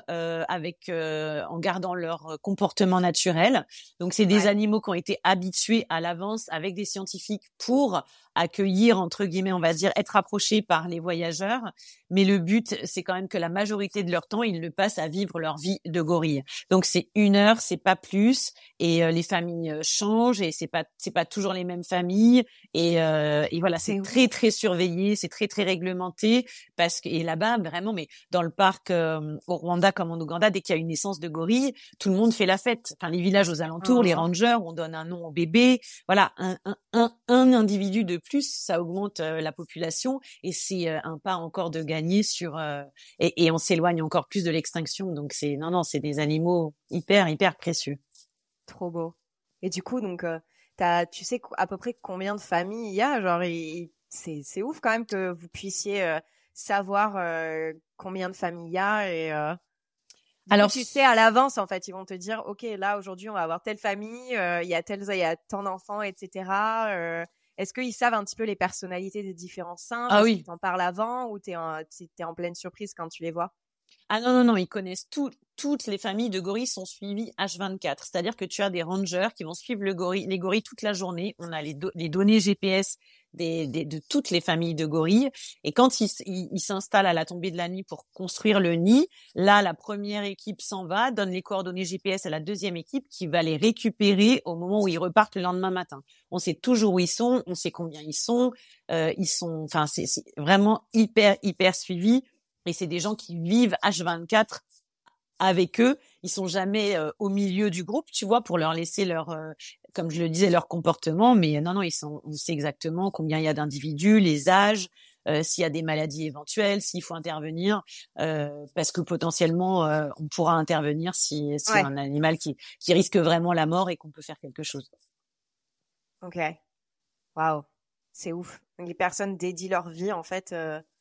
en gardant leur comportement naturel. Donc, c'est des animaux qui ont été habitués à l'avance avec des scientifiques pour accueillir, entre guillemets, on va dire, être approchés par les voyageurs. Mais le but, c'est quand même que la majorité de leur temps, ils le passent à vivre leur vie de gorille. Donc, c'est 1 heure, c'est pas plus. Et les familles changent et c'est pas toujours les mêmes familles. Et voilà, c'est très, très surveillé, c'est très, très réglementé. Et là-bas, vraiment, mais dans le parc au Rwanda comme en Ouganda, dès qu'il y a une naissance de gorille, tout le monde fait la fête. Enfin, les villages aux alentours, les rangers, on donne un nom au bébé. Voilà, un individu de plus, ça augmente la population et c'est un pas encore de gagner et on s'éloigne encore plus de l'extinction. Donc c'est des animaux hyper hyper précieux. Trop beau. Et du coup, donc tu sais à peu près combien de familles il y a, genre c'est ouf quand même que vous puissiez savoir combien de familles il y a et alors tu sais à l'avance en fait, ils vont te dire OK, là aujourd'hui on va avoir telle famille, il y a tant d'enfants, etc. Est-ce qu'ils savent un petit peu les personnalités des différents singes? Ah oui. Tu t'en parles avant ou t'es en pleine surprise quand tu les vois? Ah non, ils connaissent toutes les familles de gorilles sont suivies H24. C'est-à-dire que tu as des rangers qui vont suivre les gorilles toute la journée. On a les données GPS de toutes les familles de gorilles. Et quand ils s'installent à la tombée de la nuit pour construire le nid, là, la première équipe s'en va, donne les coordonnées GPS à la deuxième équipe qui va les récupérer au moment où ils repartent le lendemain matin. On sait toujours où ils sont, on sait combien ils sont. Enfin, c'est vraiment hyper, hyper suivi. Et c'est des gens qui vivent H24 avec eux. Ils sont jamais au milieu du groupe, tu vois, pour leur laisser comme je le disais, leur comportement. Mais non, on sait exactement combien il y a d'individus, les âges, s'il y a des maladies éventuelles, s'il faut intervenir, parce que potentiellement on pourra intervenir si un animal qui risque vraiment la mort et qu'on peut faire quelque chose. Ok. Waouh, c'est ouf. Les personnes dédient leur vie en fait.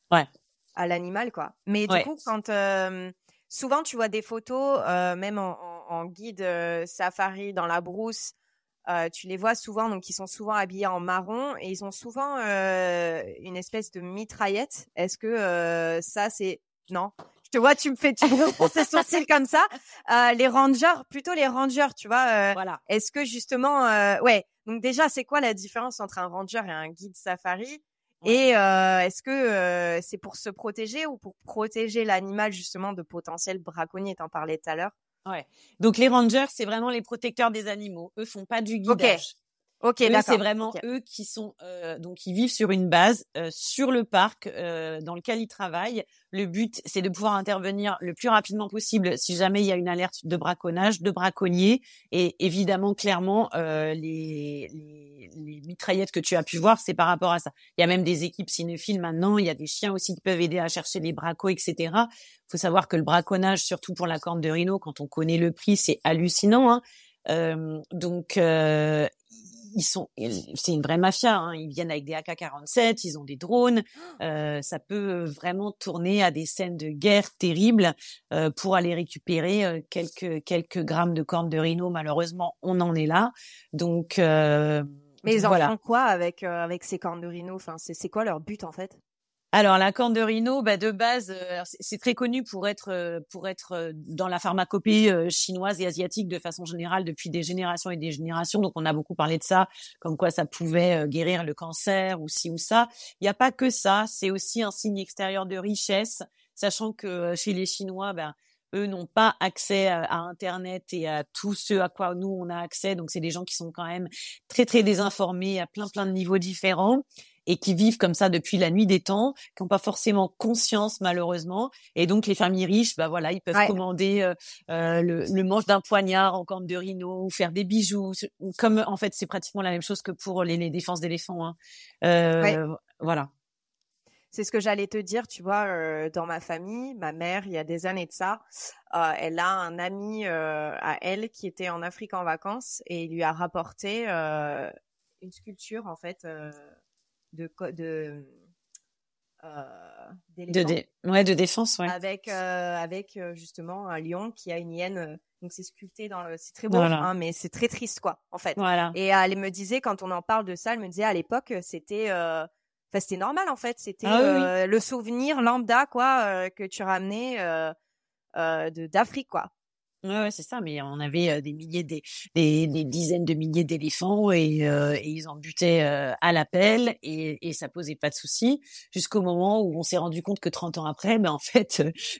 À l'animal, quoi. Mais du coup, quand souvent tu vois des photos, même en guide safari dans la brousse, tu les vois souvent, donc ils sont souvent habillés en marron et ils ont souvent une espèce de mitraillette. Est-ce que ça c'est non? Je te vois, tu me froncer le sourcil comme ça. Les rangers, tu vois. Voilà. Est-ce que justement, Donc déjà, c'est quoi la différence entre un ranger et un guide safari? Et est-ce que c'est pour se protéger ou pour protéger l'animal justement de potentiels braconniers? T'en parlais tout à l'heure. Ouais. Donc les rangers, c'est vraiment les protecteurs des animaux. Eux font pas du guidage. Ok, eux, d'accord. C'est vraiment eux qui sont donc ils vivent sur une base sur le parc dans lequel ils travaillent. Le but, c'est de pouvoir intervenir le plus rapidement possible si jamais il y a une alerte de braconnage, de braconniers. Et évidemment, clairement, les mitraillettes que tu as pu voir, c'est par rapport à ça. Il y a même des équipes cynophiles maintenant. Il y a des chiens aussi qui peuvent aider à chercher les bracos, etc. Il faut savoir que le braconnage, surtout pour la corne de rhino, quand on connaît le prix, c'est hallucinant. Hein. C'est une vraie mafia, hein. Ils viennent avec des AK-47, ils ont des drones, ça peut vraiment tourner à des scènes de guerre terribles pour aller récupérer quelques grammes de cornes de rhino. Malheureusement, on en est là. Donc, mais ils en font quoi avec ces cornes de rhino? Enfin, c'est quoi leur but en fait? Alors la corne de rhino, de base, c'est très connu pour être dans la pharmacopée chinoise et asiatique de façon générale depuis des générations et des générations. Donc on a beaucoup parlé de ça, comme quoi ça pouvait guérir le cancer ou ci ou ça. Il n'y a pas que ça, c'est aussi un signe extérieur de richesse, sachant que chez les Chinois, eux n'ont pas accès à Internet et à tout ce à quoi nous on a accès. Donc c'est des gens qui sont quand même très très désinformés à plein de niveaux différents, et qui vivent comme ça depuis la nuit des temps, qui n'ont pas forcément conscience malheureusement. Et donc les familles riches, ils peuvent commander le manche d'un poignard en corne de rhino, ou faire des bijoux. Comme en fait c'est pratiquement la même chose que pour les défenses d'éléphants. Voilà. C'est ce que j'allais te dire, tu vois, dans ma famille, ma mère, il y a des années de ça, elle a un ami à elle qui était en Afrique en vacances et il lui a rapporté une sculpture en fait de défense, avec justement un lion qui a une hyène. Donc c'est sculpté c'est très beau, mais c'est très triste quoi en fait. Voilà. Et elle me disait, quand on en parle de ça, elle me disait à l'époque c'était normal en fait, c'était le souvenir lambda quoi que tu ramenais d'Afrique quoi. Ouais, c'est ça. Mais on avait des dizaines de milliers d'éléphants et ils en butaient à l'appel et ça posait pas de souci jusqu'au moment où on s'est rendu compte que 30 ans après, en fait,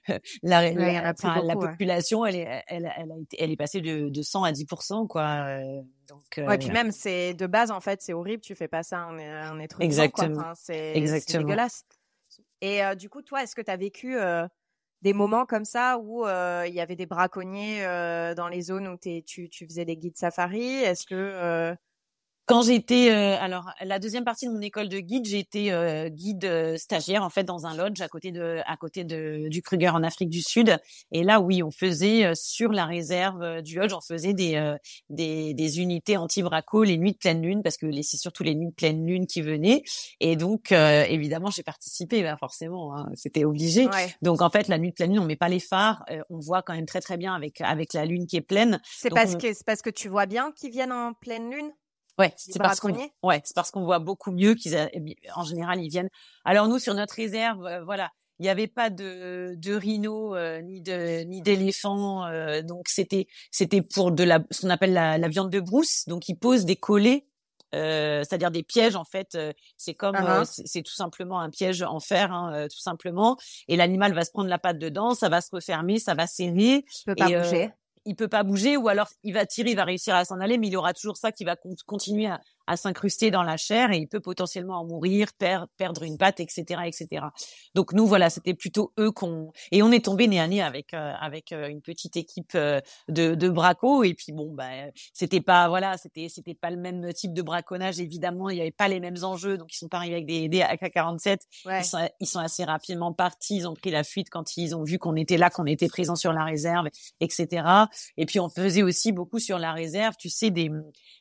la population, elle est passée de 100 à 10%, quoi. Donc, puis même c'est de base en fait, c'est horrible. Tu fais pas ça à un être vivant. Exactement. Quoi. Enfin, c'est dégueulasse. Et du coup, toi, est-ce que tu as vécu des moments comme ça où il y avait des braconniers dans les zones où tu faisais des guides safari? Est-ce que quand j'étais alors la deuxième partie de mon école de guide, j'ai été guide stagiaire en fait dans un lodge à côté du Kruger en Afrique du Sud. Et là oui, on faisait sur la réserve du lodge, on faisait des unités anti-braco les nuits de pleine lune, parce que c'est surtout les nuits de pleine lune qui venaient. Et donc évidemment, j'ai participé, forcément, hein, c'était obligé. Ouais. Donc en fait, la nuit de pleine lune, on met pas les phares, on voit quand même très très bien avec la lune qui est pleine. C'est parce que tu vois bien qu'ils viennent en pleine lune? Ouais, c'est parce qu'on voit beaucoup mieux en général, ils viennent. Alors nous, sur notre réserve, il n'y avait pas de rhino ni d'éléphant, donc c'était pour ce qu'on appelle la viande de brousse. Donc ils posent des collets, c'est-à-dire des pièges en fait. C'est comme c'est tout simplement un piège en fer, tout simplement. Et l'animal va se prendre la patte dedans, ça va se refermer, ça va serrer. Il peut pas bouger. Il peut pas bouger, ou alors il va tirer, il va réussir à s'en aller, mais il aura toujours ça qui va continuer à s'incruster dans la chair, et il peut potentiellement en mourir, perdre une patte, etc., etc. Donc nous, voilà, c'était plutôt eux et on est tombé nez à nez avec une petite équipe de bracos, et puis c'était pas le même type de braconnage, évidemment, il y avait pas les mêmes enjeux, donc ils sont pas arrivés avec des AK-47. Ouais. Ils sont assez rapidement partis, ils ont pris la fuite quand ils ont vu qu'on était là, qu'on était présents sur la réserve, etc. Et puis on faisait aussi beaucoup sur la réserve, tu sais, des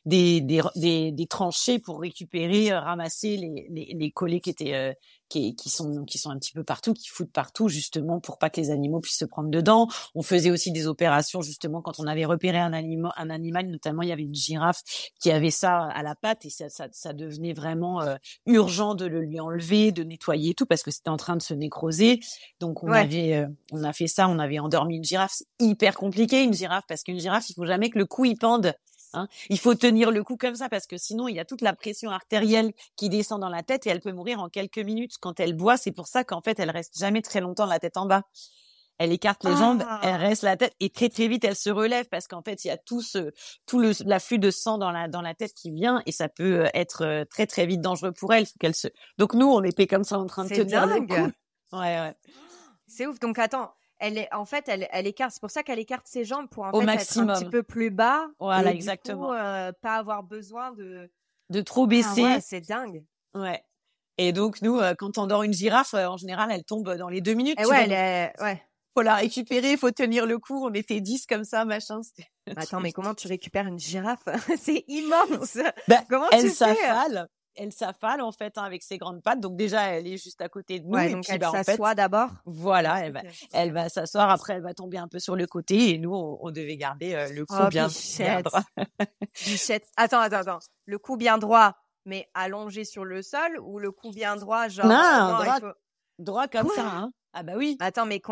tranchées pour récupérer, ramasser les collets qui sont un petit peu partout, qui foutent partout, justement pour pas que les animaux puissent se prendre dedans. On faisait aussi des opérations justement quand on avait repéré un animal, notamment il y avait une girafe qui avait ça à la patte, et ça devenait vraiment urgent de le lui enlever, de nettoyer tout, parce que c'était en train de se nécroser. Donc on a fait ça, on avait endormi une girafe. C'est hyper compliqué une girafe, parce qu'une girafe, il faut jamais que le cou y pende. Il faut tenir le cou comme ça, parce que sinon il y a toute la pression artérielle qui descend dans la tête et elle peut mourir en quelques minutes quand elle boit. C'est pour ça qu'en fait elle reste jamais très longtemps la tête en bas. Elle écarte les jambes, elle reste la tête, et très très vite elle se relève, parce qu'en fait il y a tout l'afflux de sang dans la tête qui vient, et ça peut être très très vite dangereux pour elle. Donc nous on était comme ça en train de tenir le cou. Ouais. C'est ouf. Donc attends. Elle écarte. C'est pour ça qu'elle écarte ses jambes pour au maximum. Être un petit peu plus bas. Voilà, et exactement. Du coup, pas avoir besoin de trop baisser. Ouais, c'est dingue. Ouais. Et donc nous, quand on dort une girafe, en général, elle tombe dans les 2 minutes. Et ouais. Faut la récupérer, faut tenir le coup. On était 10 comme ça, machin. Attends, mais comment tu récupères une girafe? C'est immense. Comment tu fais? Elle s'affale en fait avec ses grandes pattes. Donc déjà, elle est juste à côté de nous. Ouais, donc elle s'assoit d'abord. Voilà, elle va s'asseoir. Après, elle va tomber un peu sur le côté, et nous, on devait garder le cou bien droit. Bichette. Attends. Le cou bien droit, mais allongé sur le sol, ou le cou bien droit, genre droit. Droit comme ça, hein. Ah bah oui. Attends, mais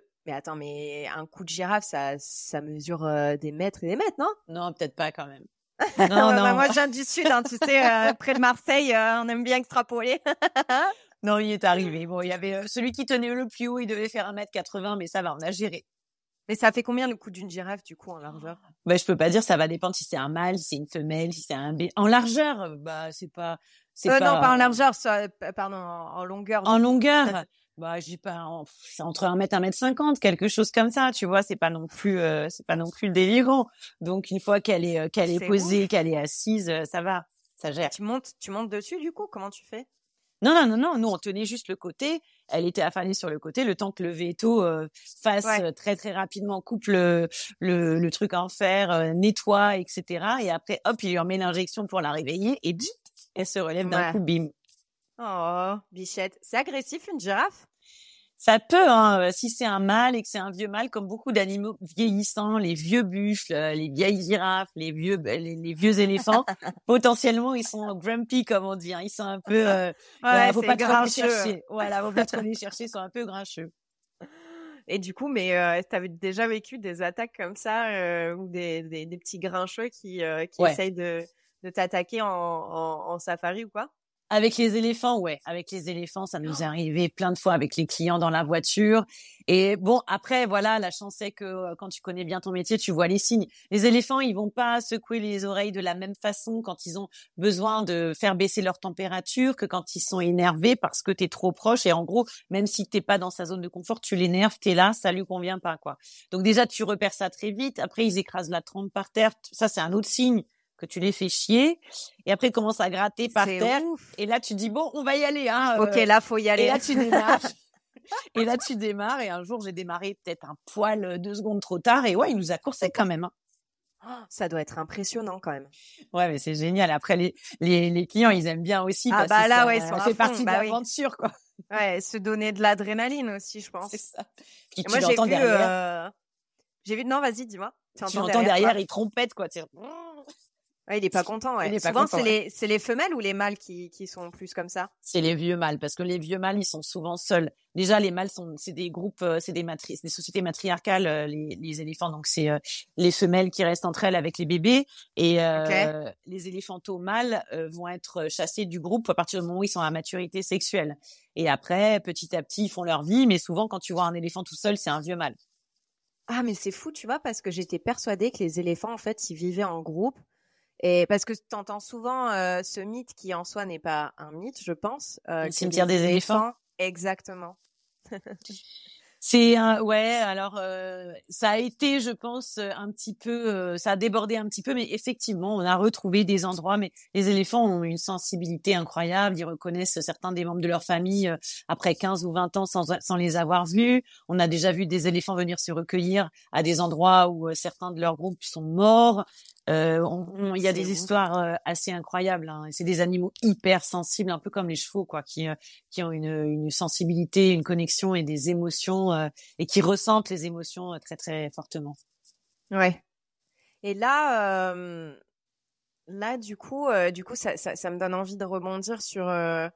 mais un cou de girafe, ça mesure des mètres et des mètres, non? Non, peut-être pas quand même. Non, Non, non. moi, je viens du sud, hein, tu sais, près de Marseille, on aime bien extrapoler. Non, il est arrivé. Bon, il y avait celui qui tenait le plus haut, il devait faire 1m80, mais ça va, on a géré. Mais ça fait combien le cou d'une girafe, du coup, en largeur? Bah, je peux pas dire, ça va dépendre si c'est un mâle, si c'est une femelle, si c'est un bébé. En largeur, bah, c'est pas... Non, pas en largeur, pardon, en longueur. En longueur, bah, je dis pas, c'est entre 1 mètre, 1m50, quelque chose comme ça, tu vois, c'est pas non plus délirant. Donc, une fois qu'elle est posée, qu'elle est assise, ça va, ça gère. Tu montes dessus, du coup? Comment tu fais? Non, nous, on tenait juste le côté. Elle était affalée sur le côté, le temps que le veto fasse très, très rapidement, coupe le truc en fer, nettoie, etc. Et après, hop, il lui remet l'injection pour la réveiller et bzz, elle se relève d'un coup, bim. Oh, bichette. C'est agressif, une girafe? Ça peut, hein, si c'est un mâle et que c'est un vieux mâle, comme beaucoup d'animaux vieillissants, les vieux buffles, les vieilles girafes, les vieux éléphants, potentiellement ils sont grumpy comme on dit, hein, ils sont un peu, faut pas trop les chercher. Voilà, faut pas trop les chercher, ils sont un peu grincheux. Et du coup, mais t'avais déjà vécu des attaques comme ça ou des petits grincheux qui essayent de t'attaquer en safari ou quoi? Avec les éléphants, ouais. Avec les éléphants, ça nous est arrivé plein de fois avec les clients dans la voiture. Et bon, après, voilà, la chance c'est que quand tu connais bien ton métier, tu vois les signes. Les éléphants, ils vont pas secouer les oreilles de la même façon quand ils ont besoin de faire baisser leur température que quand ils sont énervés parce que t'es trop proche. Et en gros, même si t'es pas dans sa zone de confort, tu l'énerves, t'es là, ça lui convient pas, quoi. Donc déjà, tu repères ça très vite. Après, ils écrasent la trompe par terre. Ça, c'est un autre signe que tu les fais chier, et après ils commencent à gratter par terre, et là tu dis bon, on va y aller, hein. Ok, là faut y aller. Et là tu démarres. Et là tu démarres, et un jour j'ai démarré peut-être un poil 2 secondes trop tard, et ouais, il nous a coursé quand même, hein. Oh, ça doit être impressionnant quand même. Ouais, mais c'est génial. Après les clients, ils aiment bien aussi parce que là, ouais, ça fait partie de l'aventure, quoi. Ouais, se donner de l'adrénaline aussi, je pense. C'est ça. Puis moi j'ai vu derrière. Non, vas-y, dis-moi. Tu entends derrière, ils trompettent, quoi. Ouais, il est pas content, ouais. Souvent, c'est les femelles ou les mâles qui sont plus comme ça? C'est les vieux mâles, parce que les vieux mâles, ils sont souvent seuls. Déjà, les mâles c'est des groupes, c'est des sociétés matriarcales, les éléphants. Donc, c'est les femelles qui restent entre elles avec les bébés. Et les éléphantaux mâles vont être chassés du groupe à partir du moment où ils sont à maturité sexuelle. Et après, petit à petit, ils font leur vie. Mais souvent, quand tu vois un éléphant tout seul, c'est un vieux mâle. Ah, mais c'est fou, tu vois, parce que j'étais persuadée que les éléphants, en fait, ils vivaient en groupe. Et parce que tu entends souvent ce mythe qui en soi n'est pas un mythe, je pense. Le cimetière des éléphants. Exactement. C'est alors ça a été, je pense, un petit peu, ça a débordé un petit peu, mais effectivement, on a retrouvé des endroits. Mais les éléphants ont une sensibilité incroyable. Ils reconnaissent certains des membres de leur famille après 15 ou 20 ans sans les avoir vus. On a déjà vu des éléphants venir se recueillir à des endroits où certains de leur groupe sont morts. Il y a des histoires assez incroyables, hein. C'est des animaux hyper sensibles, un peu comme les chevaux, quoi, qui ont une sensibilité, une connexion et des émotions et qui ressentent les émotions très très fortement. Ouais. Et là du coup ça me donne envie de rebondir sur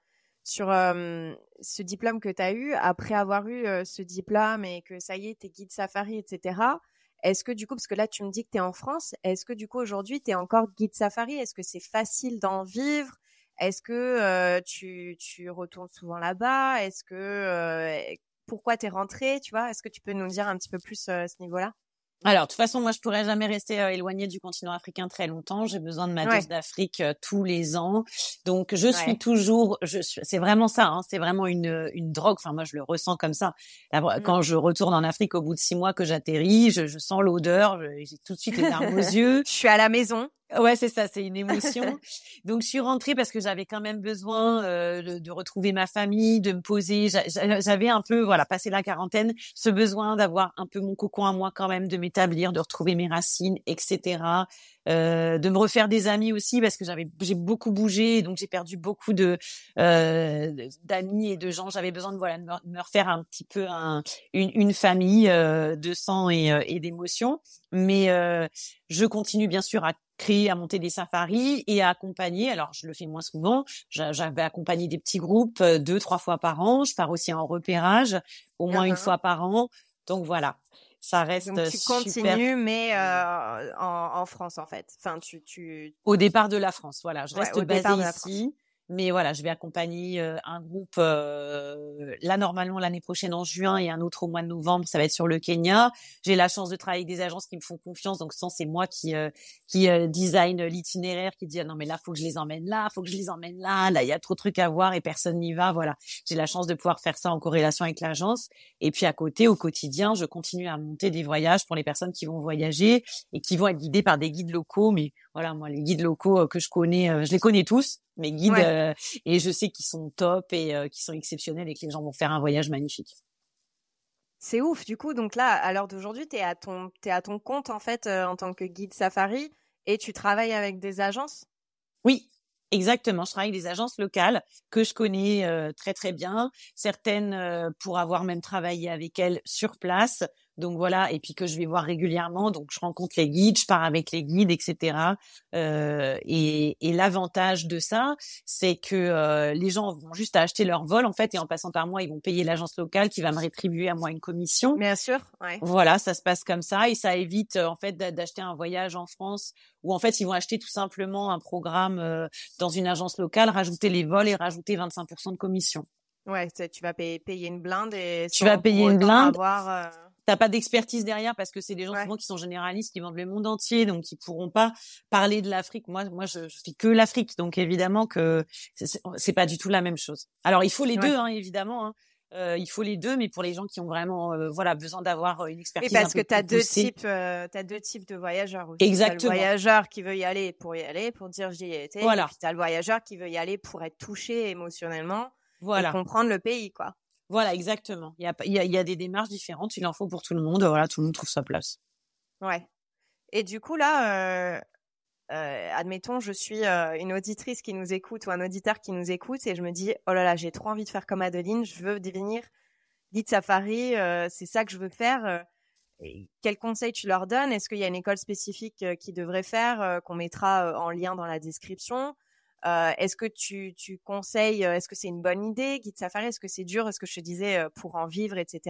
ce diplôme que tu as eu. Après avoir eu ce diplôme et que ça y est, t'es guide safari, etc. Est-ce que du coup, parce que là tu me dis que tu es en France, est-ce que du coup aujourd'hui tu es encore guide safari? Est-ce que c'est facile d'en vivre? Est-ce que tu retournes souvent là-bas? Est-ce que pourquoi t'es rentrée, tu vois? Est-ce que tu peux nous dire un petit peu plus à ce niveau-là? Alors, de toute façon, moi, je pourrais jamais rester éloignée du continent africain très longtemps. J'ai besoin de ma dose d'Afrique tous les ans. Donc, c'est vraiment ça, hein. C'est vraiment une drogue. Enfin, moi, je le ressens comme ça. Quand je retourne en Afrique au bout de 6 mois que j'atterris, je sens l'odeur, j'ai tout de suite les larmes aux yeux. Je suis à la maison. Ouais, c'est ça, c'est une émotion. Donc, je suis rentrée parce que j'avais quand même besoin de retrouver ma famille, de me poser. J'avais un peu, passé la quarantaine, ce besoin d'avoir un peu mon cocon à moi quand même, de m'établir, de retrouver mes racines, etc. De me refaire des amis aussi parce que j'ai beaucoup bougé, donc j'ai perdu beaucoup d'amis et de gens. J'avais besoin de me refaire un petit peu une famille de sang et d'émotions. Mais je continue bien sûr à créer, à monter des safaris et à accompagner. Alors, je le fais moins souvent. J'avais accompagné des petits groupes 2-3 fois par an. Je pars aussi en repérage au moins une fois par an. Donc voilà, ça reste donc tu super. continues, mais en France en fait. Enfin, Au départ de la France, voilà. Je reste au départ de basée la ici. Mais voilà, je vais accompagner un groupe là normalement l'année prochaine en juin et un autre au mois de novembre. Ça va être sur le Kenya. J'ai la chance de travailler avec des agences qui me font confiance. Donc c'est moi qui design l'itinéraire, qui dit ah non mais là faut que je les emmène là, faut que je les emmène là. Là il y a trop de trucs à voir et personne n'y va. Voilà, j'ai la chance de pouvoir faire ça en corrélation avec l'agence. Et puis à côté, au quotidien, je continue à monter des voyages pour les personnes qui vont voyager et qui vont être guidées par des guides locaux. Mais voilà, moi les guides locaux que je connais, je les connais tous. Mes guides et je sais qu'ils sont top et qu'ils sont exceptionnels et que les gens vont faire un voyage magnifique. C'est ouf du coup. Donc là, à l'heure d'aujourd'hui, t'es à ton compte en fait en tant que guide safari et tu travailles avec des agences? Oui, exactement. Je travaille avec des agences locales que je connais très très bien. Certaines pour avoir même travaillé avec elles sur place. Donc voilà, et puis que je vais voir régulièrement. Donc je rencontre les guides, je pars avec les guides, etc. Et l'avantage de ça, c'est que les gens vont juste acheter leur vol en fait, et en passant par moi, ils vont payer l'agence locale qui va me rétribuer à moi une commission. Bien sûr, ouais. Voilà, ça se passe comme ça et ça évite en fait d'acheter un voyage en France où en fait ils vont acheter tout simplement un programme dans une agence locale, rajouter les vols et rajouter 25% de commission. Ouais, tu vas payer une blinde et tu vas payer une blinde. T'as pas d'expertise derrière parce que c'est des gens souvent qui sont généralistes, qui vendent le monde entier, donc ils pourront pas parler de l'Afrique. Moi, je fais que l'Afrique, donc évidemment que c'est pas du tout la même chose. Alors il faut les deux, hein, évidemment. Hein. Il faut les deux, mais pour les gens qui ont vraiment besoin d'avoir une expertise. Oui, parce que t'as deux types de voyageurs aussi. Exactement. T'as le voyageur qui veut y aller, pour dire j'y ai été. Voilà. Et puis t'as le voyageur qui veut y aller pour être touché émotionnellement et comprendre le pays, quoi. Voilà, exactement. Il y a des démarches différentes. Il en faut pour tout le monde. Voilà, tout le monde trouve sa place. Ouais. Et du coup là, admettons, je suis une auditrice qui nous écoute ou un auditeur qui nous écoute et je me dis oh là là, j'ai trop envie de faire comme Adeline. Je veux devenir guide safari. C'est ça que je veux faire. Quels conseils tu leur donnes? Est-ce qu'il y a une école spécifique qu'ils devraient faire qu'on mettra en lien dans la description? Est-ce que tu conseilles, est-ce que c'est une bonne idée, guide safari? Est-ce que c'est dur? Est-ce que je te disais pour en vivre, etc.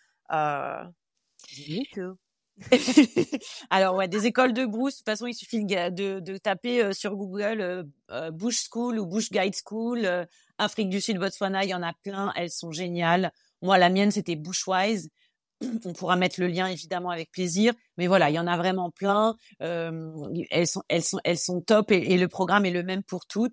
Alors ouais, des écoles de brousse. De toute façon, il suffit de taper sur Google Bush School ou Bush Guide School. Afrique du Sud, Botswana, il y en a plein. Elles sont géniales. Moi, la mienne, c'était Bushwise. On pourra mettre le lien évidemment avec plaisir, mais voilà, il y en a vraiment plein. Elles sont top et le programme est le même pour toutes.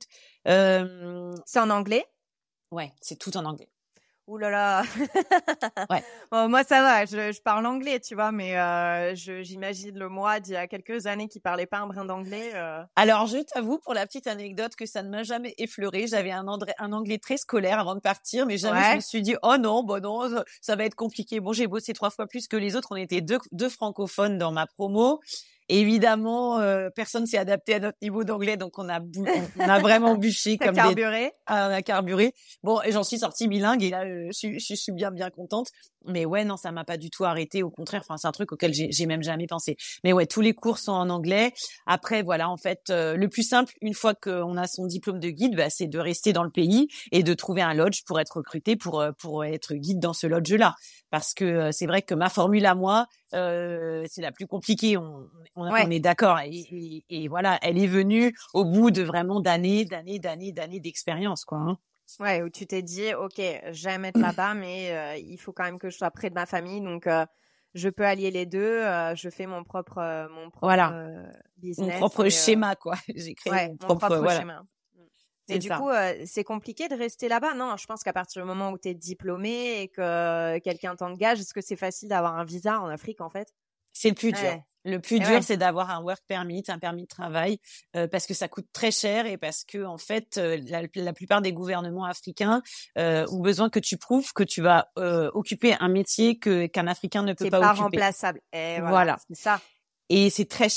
C'est en anglais? Ouais, c'est tout en anglais. Ouh là là. Ouais. Bon, moi ça va, je parle anglais, tu vois, mais j'imagine le moi d'il y a quelques années qui parlait pas un brin d'anglais. Alors je t'avoue pour la petite anecdote que ça ne m'a jamais effleuré. J'avais un anglais très scolaire avant de partir, mais jamais je me suis dit oh non, bon non, ça va être compliqué. Bon, j'ai bossé 3 fois plus que les autres. On était deux francophones dans ma promo. Et évidemment, personne s'est adapté à notre niveau d'anglais, donc on a vraiment bûché comme carburé. On a carburé. Bon, et j'en suis sortie bilingue et là, je suis bien contente. Mais ouais, non, ça m'a pas du tout arrêté. Au contraire, enfin, c'est un truc auquel j'ai même jamais pensé. Mais ouais, tous les cours sont en anglais. Après, voilà, en fait, le plus simple, une fois qu'on a son diplôme de guide, bah, c'est de rester dans le pays et de trouver un lodge pour être recruté pour être guide dans ce lodge-là. Parce que c'est vrai que ma formule à moi, c'est la plus compliquée. On est d'accord. Et voilà, elle est venue au bout de vraiment d'années d'expérience, quoi. Hein. Ouais, où tu t'es dit, ok, j'aime être là-bas, mais il faut quand même que je sois près de ma famille, donc je peux allier les deux. Je fais mon propre business, mon propre schéma, quoi. J'ai créé mon propre schéma. Et du coup, c'est compliqué de rester là-bas, non? Je pense qu'à partir du moment où tu es diplômé et que quelqu'un t'engage, est-ce que c'est facile d'avoir un visa en Afrique, en fait? C'est le plus dur. Le plus dur, c'est d'avoir un work permit, un permis de travail, parce que ça coûte très cher et parce que en fait, la plupart des gouvernements africains ont besoin que tu prouves que tu vas occuper un métier qu'un Africain ne peut pas occuper. C'est pas remplaçable. Et voilà. C'est ça. Et c'est très cher.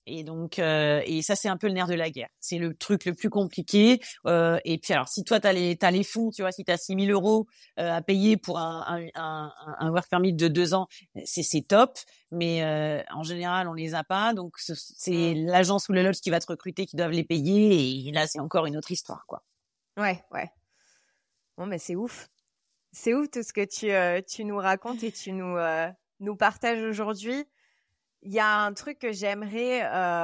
Et donc, et ça, c'est un peu le nerf de la guerre. C'est le truc le plus compliqué. Et puis, alors, si toi, t'as les fonds, tu vois, si t'as 6 000 € à payer pour un work permit de 2 ans, c'est top. Mais en général, on les a pas. Donc, c'est l'agence ou le lodge qui va te recruter qui doivent les payer. Et là, c'est encore une autre histoire, quoi. Ouais. Bon, mais c'est ouf. C'est ouf tout ce que tu nous racontes et tu nous partages aujourd'hui. Il y a un truc que j'aimerais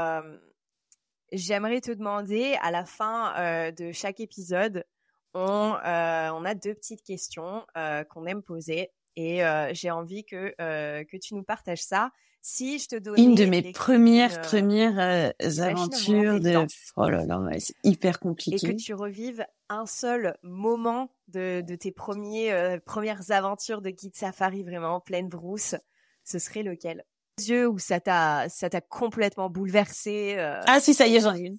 te demander à la fin de chaque épisode. On a 2 petites questions qu'on aime poser et j'ai envie que tu nous partages ça. Si je te donnais une de mes premières aventures oh là là, ouais, c'est hyper compliqué. Et que tu revives un seul moment de tes premières aventures de guide safari vraiment en pleine brousse, ce serait lequel? Yeux où ça t'a complètement bouleversé. Ah si, ça y est, j'en ai une.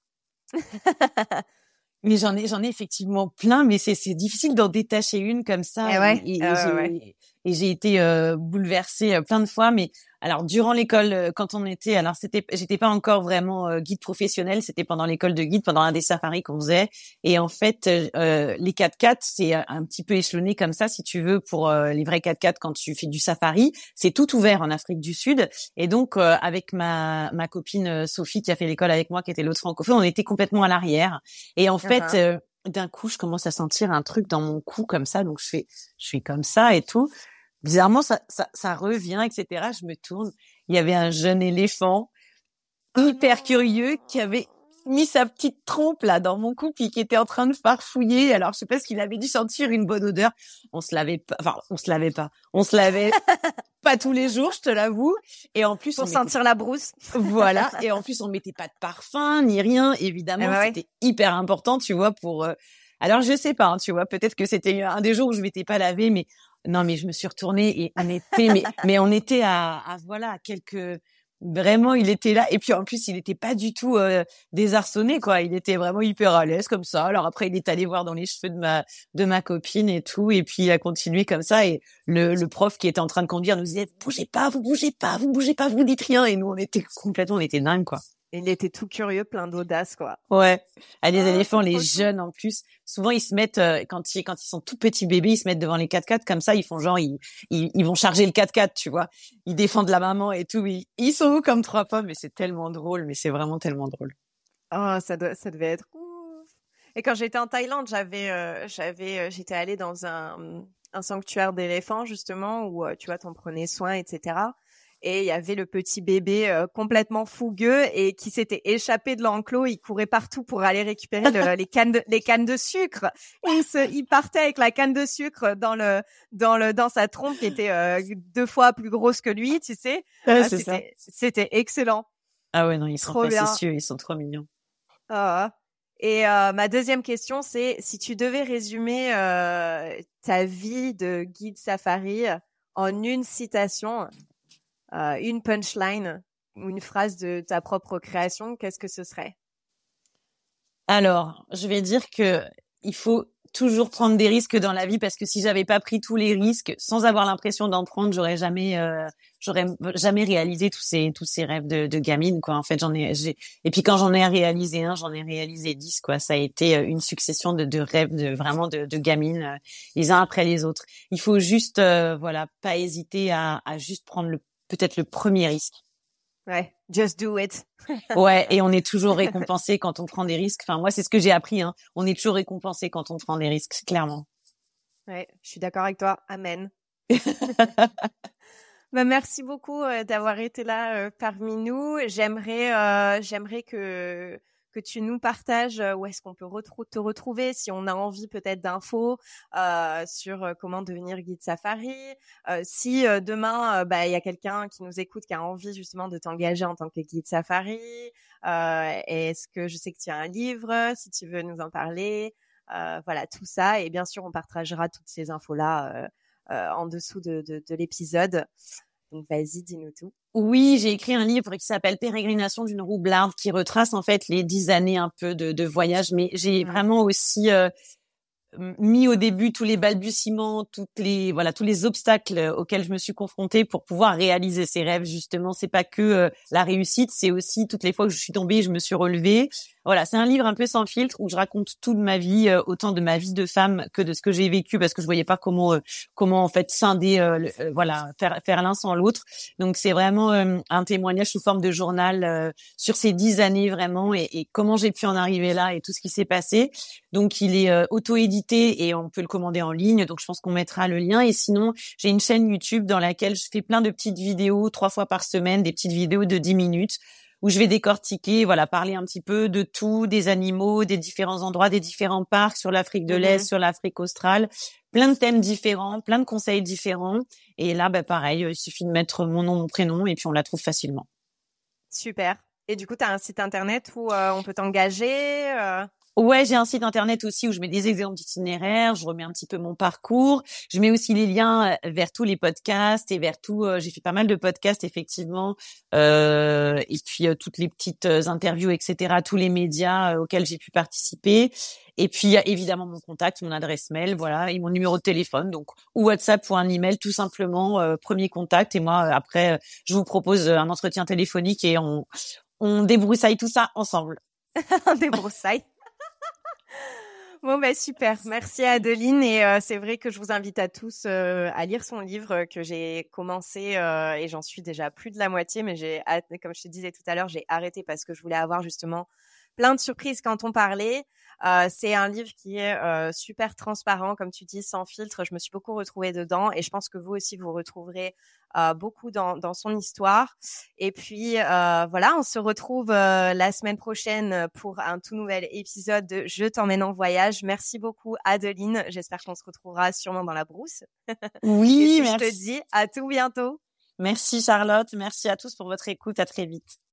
Mais j'en ai effectivement plein, mais c'est difficile d'en détacher une comme ça. Et j'ai été bouleversée plein de fois. Mais alors durant l'école, quand on était, alors j'étais pas encore vraiment guide professionnel, c'était pendant l'école de guide, pendant un des safaris qu'on faisait. Et en fait, les 4x4, c'est un petit peu échelonné comme ça, si tu veux, pour les vrais 4x4 quand tu fais du safari. C'est tout ouvert en Afrique du Sud. Et donc avec ma copine Sophie qui a fait l'école avec moi, qui était l'autre francophone, on était complètement à l'arrière. Et en fait, d'un coup, je commence à sentir un truc dans mon cou comme ça. Donc je fais comme ça et tout. Bizarrement, ça revient, etc. Je me tourne. Il y avait un jeune éléphant hyper curieux qui avait mis sa petite trompe là dans mon cou puis qui était en train de farfouiller. Alors, je sais pas ce qu'il avait dû sentir une bonne odeur. On se lavait pas tous les jours, je te l'avoue. Et en plus, pour sentir la brousse. Voilà. Et en plus, on mettait pas de parfum ni rien. Évidemment, c'était hyper important, tu vois, pour. Alors, je sais pas, hein, tu vois, peut-être que c'était un des jours où je m'étais pas lavée, mais non, mais je me suis retournée et on était, mais on était à quelques. Vraiment, il était là. Et puis, en plus, il était pas du tout désarçonné, quoi. Il était vraiment hyper à l'aise, comme ça. Alors après, il est allé voir dans les cheveux de ma copine et tout. Et puis, il a continué comme ça. Et le prof qui était en train de conduire nous disait, bougez pas, vous dites rien. Et nous, on était dingues, quoi. Il était tout curieux, plein d'audace, quoi. Ouais. Ah, les éléphants, les jeunes, en plus, souvent, ils se mettent, quand ils sont tout petits bébés, ils se mettent devant les 4x4, comme ça, ils font genre, ils vont charger le 4x4, tu vois. Ils défendent la maman et tout. Ils sont hauts comme 3 pommes, mais c'est tellement drôle, mais c'est vraiment tellement drôle. Oh, ça devait être ouf. Et quand j'étais en Thaïlande, j'étais allée dans un sanctuaire d'éléphants, justement, où, tu vois, t'en prenais soin, etc. Et il y avait le petit bébé complètement fougueux et qui s'était échappé de l'enclos. Il courait partout pour aller récupérer les cannes de sucre. Et il partait avec la canne de sucre dans sa trompe qui était 2 fois plus grosse que lui, tu sais. C'était excellent. Ah ouais, non, ils sont facétieux, ils sont trop mignons. Et ma deuxième question, c'est si tu devais résumer ta vie de guide safari en une citation, une punchline ou une phrase de ta propre création, qu'est-ce que ce serait? Alors, je vais dire que il faut toujours prendre des risques dans la vie, parce que si j'avais pas pris tous les risques sans avoir l'impression d'en prendre, j'aurais jamais réalisé tous ces rêves de gamine, quoi. En fait, et puis quand j'en ai réalisé un, j'en ai réalisé 10, quoi. Ça a été une succession de rêves de gamine, les uns après les autres. Il faut juste pas hésiter à juste prendre peut-être le premier risque. Ouais, just do it. Ouais, et on est toujours récompensé quand on prend des risques. Enfin, moi, c'est ce que j'ai appris, hein. On est toujours récompensé quand on prend des risques, clairement. Ouais, je suis d'accord avec toi. Amen. Merci beaucoup d'avoir été là parmi nous. J'aimerais que tu nous partages où est-ce qu'on peut te retrouver, si on a envie peut-être d'infos sur comment devenir guide safari. Si demain, il y a quelqu'un qui nous écoute qui a envie justement de t'engager en tant que guide safari. Est-ce que je sais que tu as un livre, si tu veux nous en parler. Voilà, tout ça. Et bien sûr, on partagera toutes ces infos-là en dessous de l'épisode. Donc, vas-y, dis-nous tout. Oui, j'ai écrit un livre qui s'appelle Pérégrination d'une roublarde, qui retrace en fait les 10 années un peu de voyage, mais j'ai vraiment aussi mis au début tous les balbutiements, tous les obstacles auxquels je me suis confrontée pour pouvoir réaliser ces rêves. Justement, c'est pas que la réussite, c'est aussi toutes les fois que je suis tombée, je me suis relevée. Voilà, c'est un livre un peu sans filtre où je raconte toute ma vie, autant de ma vie de femme que de ce que j'ai vécu, parce que je voyais pas comment en fait scinder, faire l'un sans l'autre. Donc c'est vraiment un témoignage sous forme de journal sur ces 10 années vraiment et comment j'ai pu en arriver là et tout ce qui s'est passé. Donc il est auto-édité et on peut le commander en ligne. Donc je pense qu'on mettra le lien. Et sinon, j'ai une chaîne YouTube dans laquelle je fais plein de petites vidéos 3 fois par semaine, des petites vidéos de 10 minutes où je vais décortiquer, parler un petit peu de tout, des animaux, des différents endroits, des différents parcs sur l'Afrique de l'Est, sur l'Afrique australe, plein de thèmes différents, plein de conseils différents. Et là, pareil, il suffit de mettre mon nom, mon prénom et puis on la trouve facilement. Super. Et du coup, tu as un site internet où on peut t'engager Ouais, j'ai un site internet aussi où je mets des exemples d'itinéraires, je remets un petit peu mon parcours. Je mets aussi les liens vers tous les podcasts et vers tout. J'ai fait pas mal de podcasts effectivement, et puis toutes les petites interviews, etc. Tous les médias auxquels j'ai pu participer. Et puis il y a évidemment mon contact, mon adresse mail, voilà, et mon numéro de téléphone, donc ou WhatsApp ou un email, tout simplement. Premier contact et moi après, je vous propose un entretien téléphonique et on débroussaille tout ça ensemble. On débroussaille. Bon, super. Merci Adeline. Et c'est vrai que je vous invite à tous à lire son livre que j'ai commencé et j'en suis déjà plus de la moitié. Mais comme je te disais tout à l'heure, j'ai arrêté parce que je voulais avoir justement plein de surprises quand on parlait. C'est un livre qui est super transparent, comme tu dis, sans filtre. Je me suis beaucoup retrouvée dedans et je pense que vous aussi, vous retrouverez beaucoup dans son histoire. Et puis, on se retrouve la semaine prochaine pour un tout nouvel épisode de Je t'emmène en voyage. Merci beaucoup, Adeline. J'espère qu'on se retrouvera sûrement dans la brousse. Oui, et puis, merci. Je te dis à tout bientôt. Merci Charlotte. Merci à tous pour votre écoute. À très vite.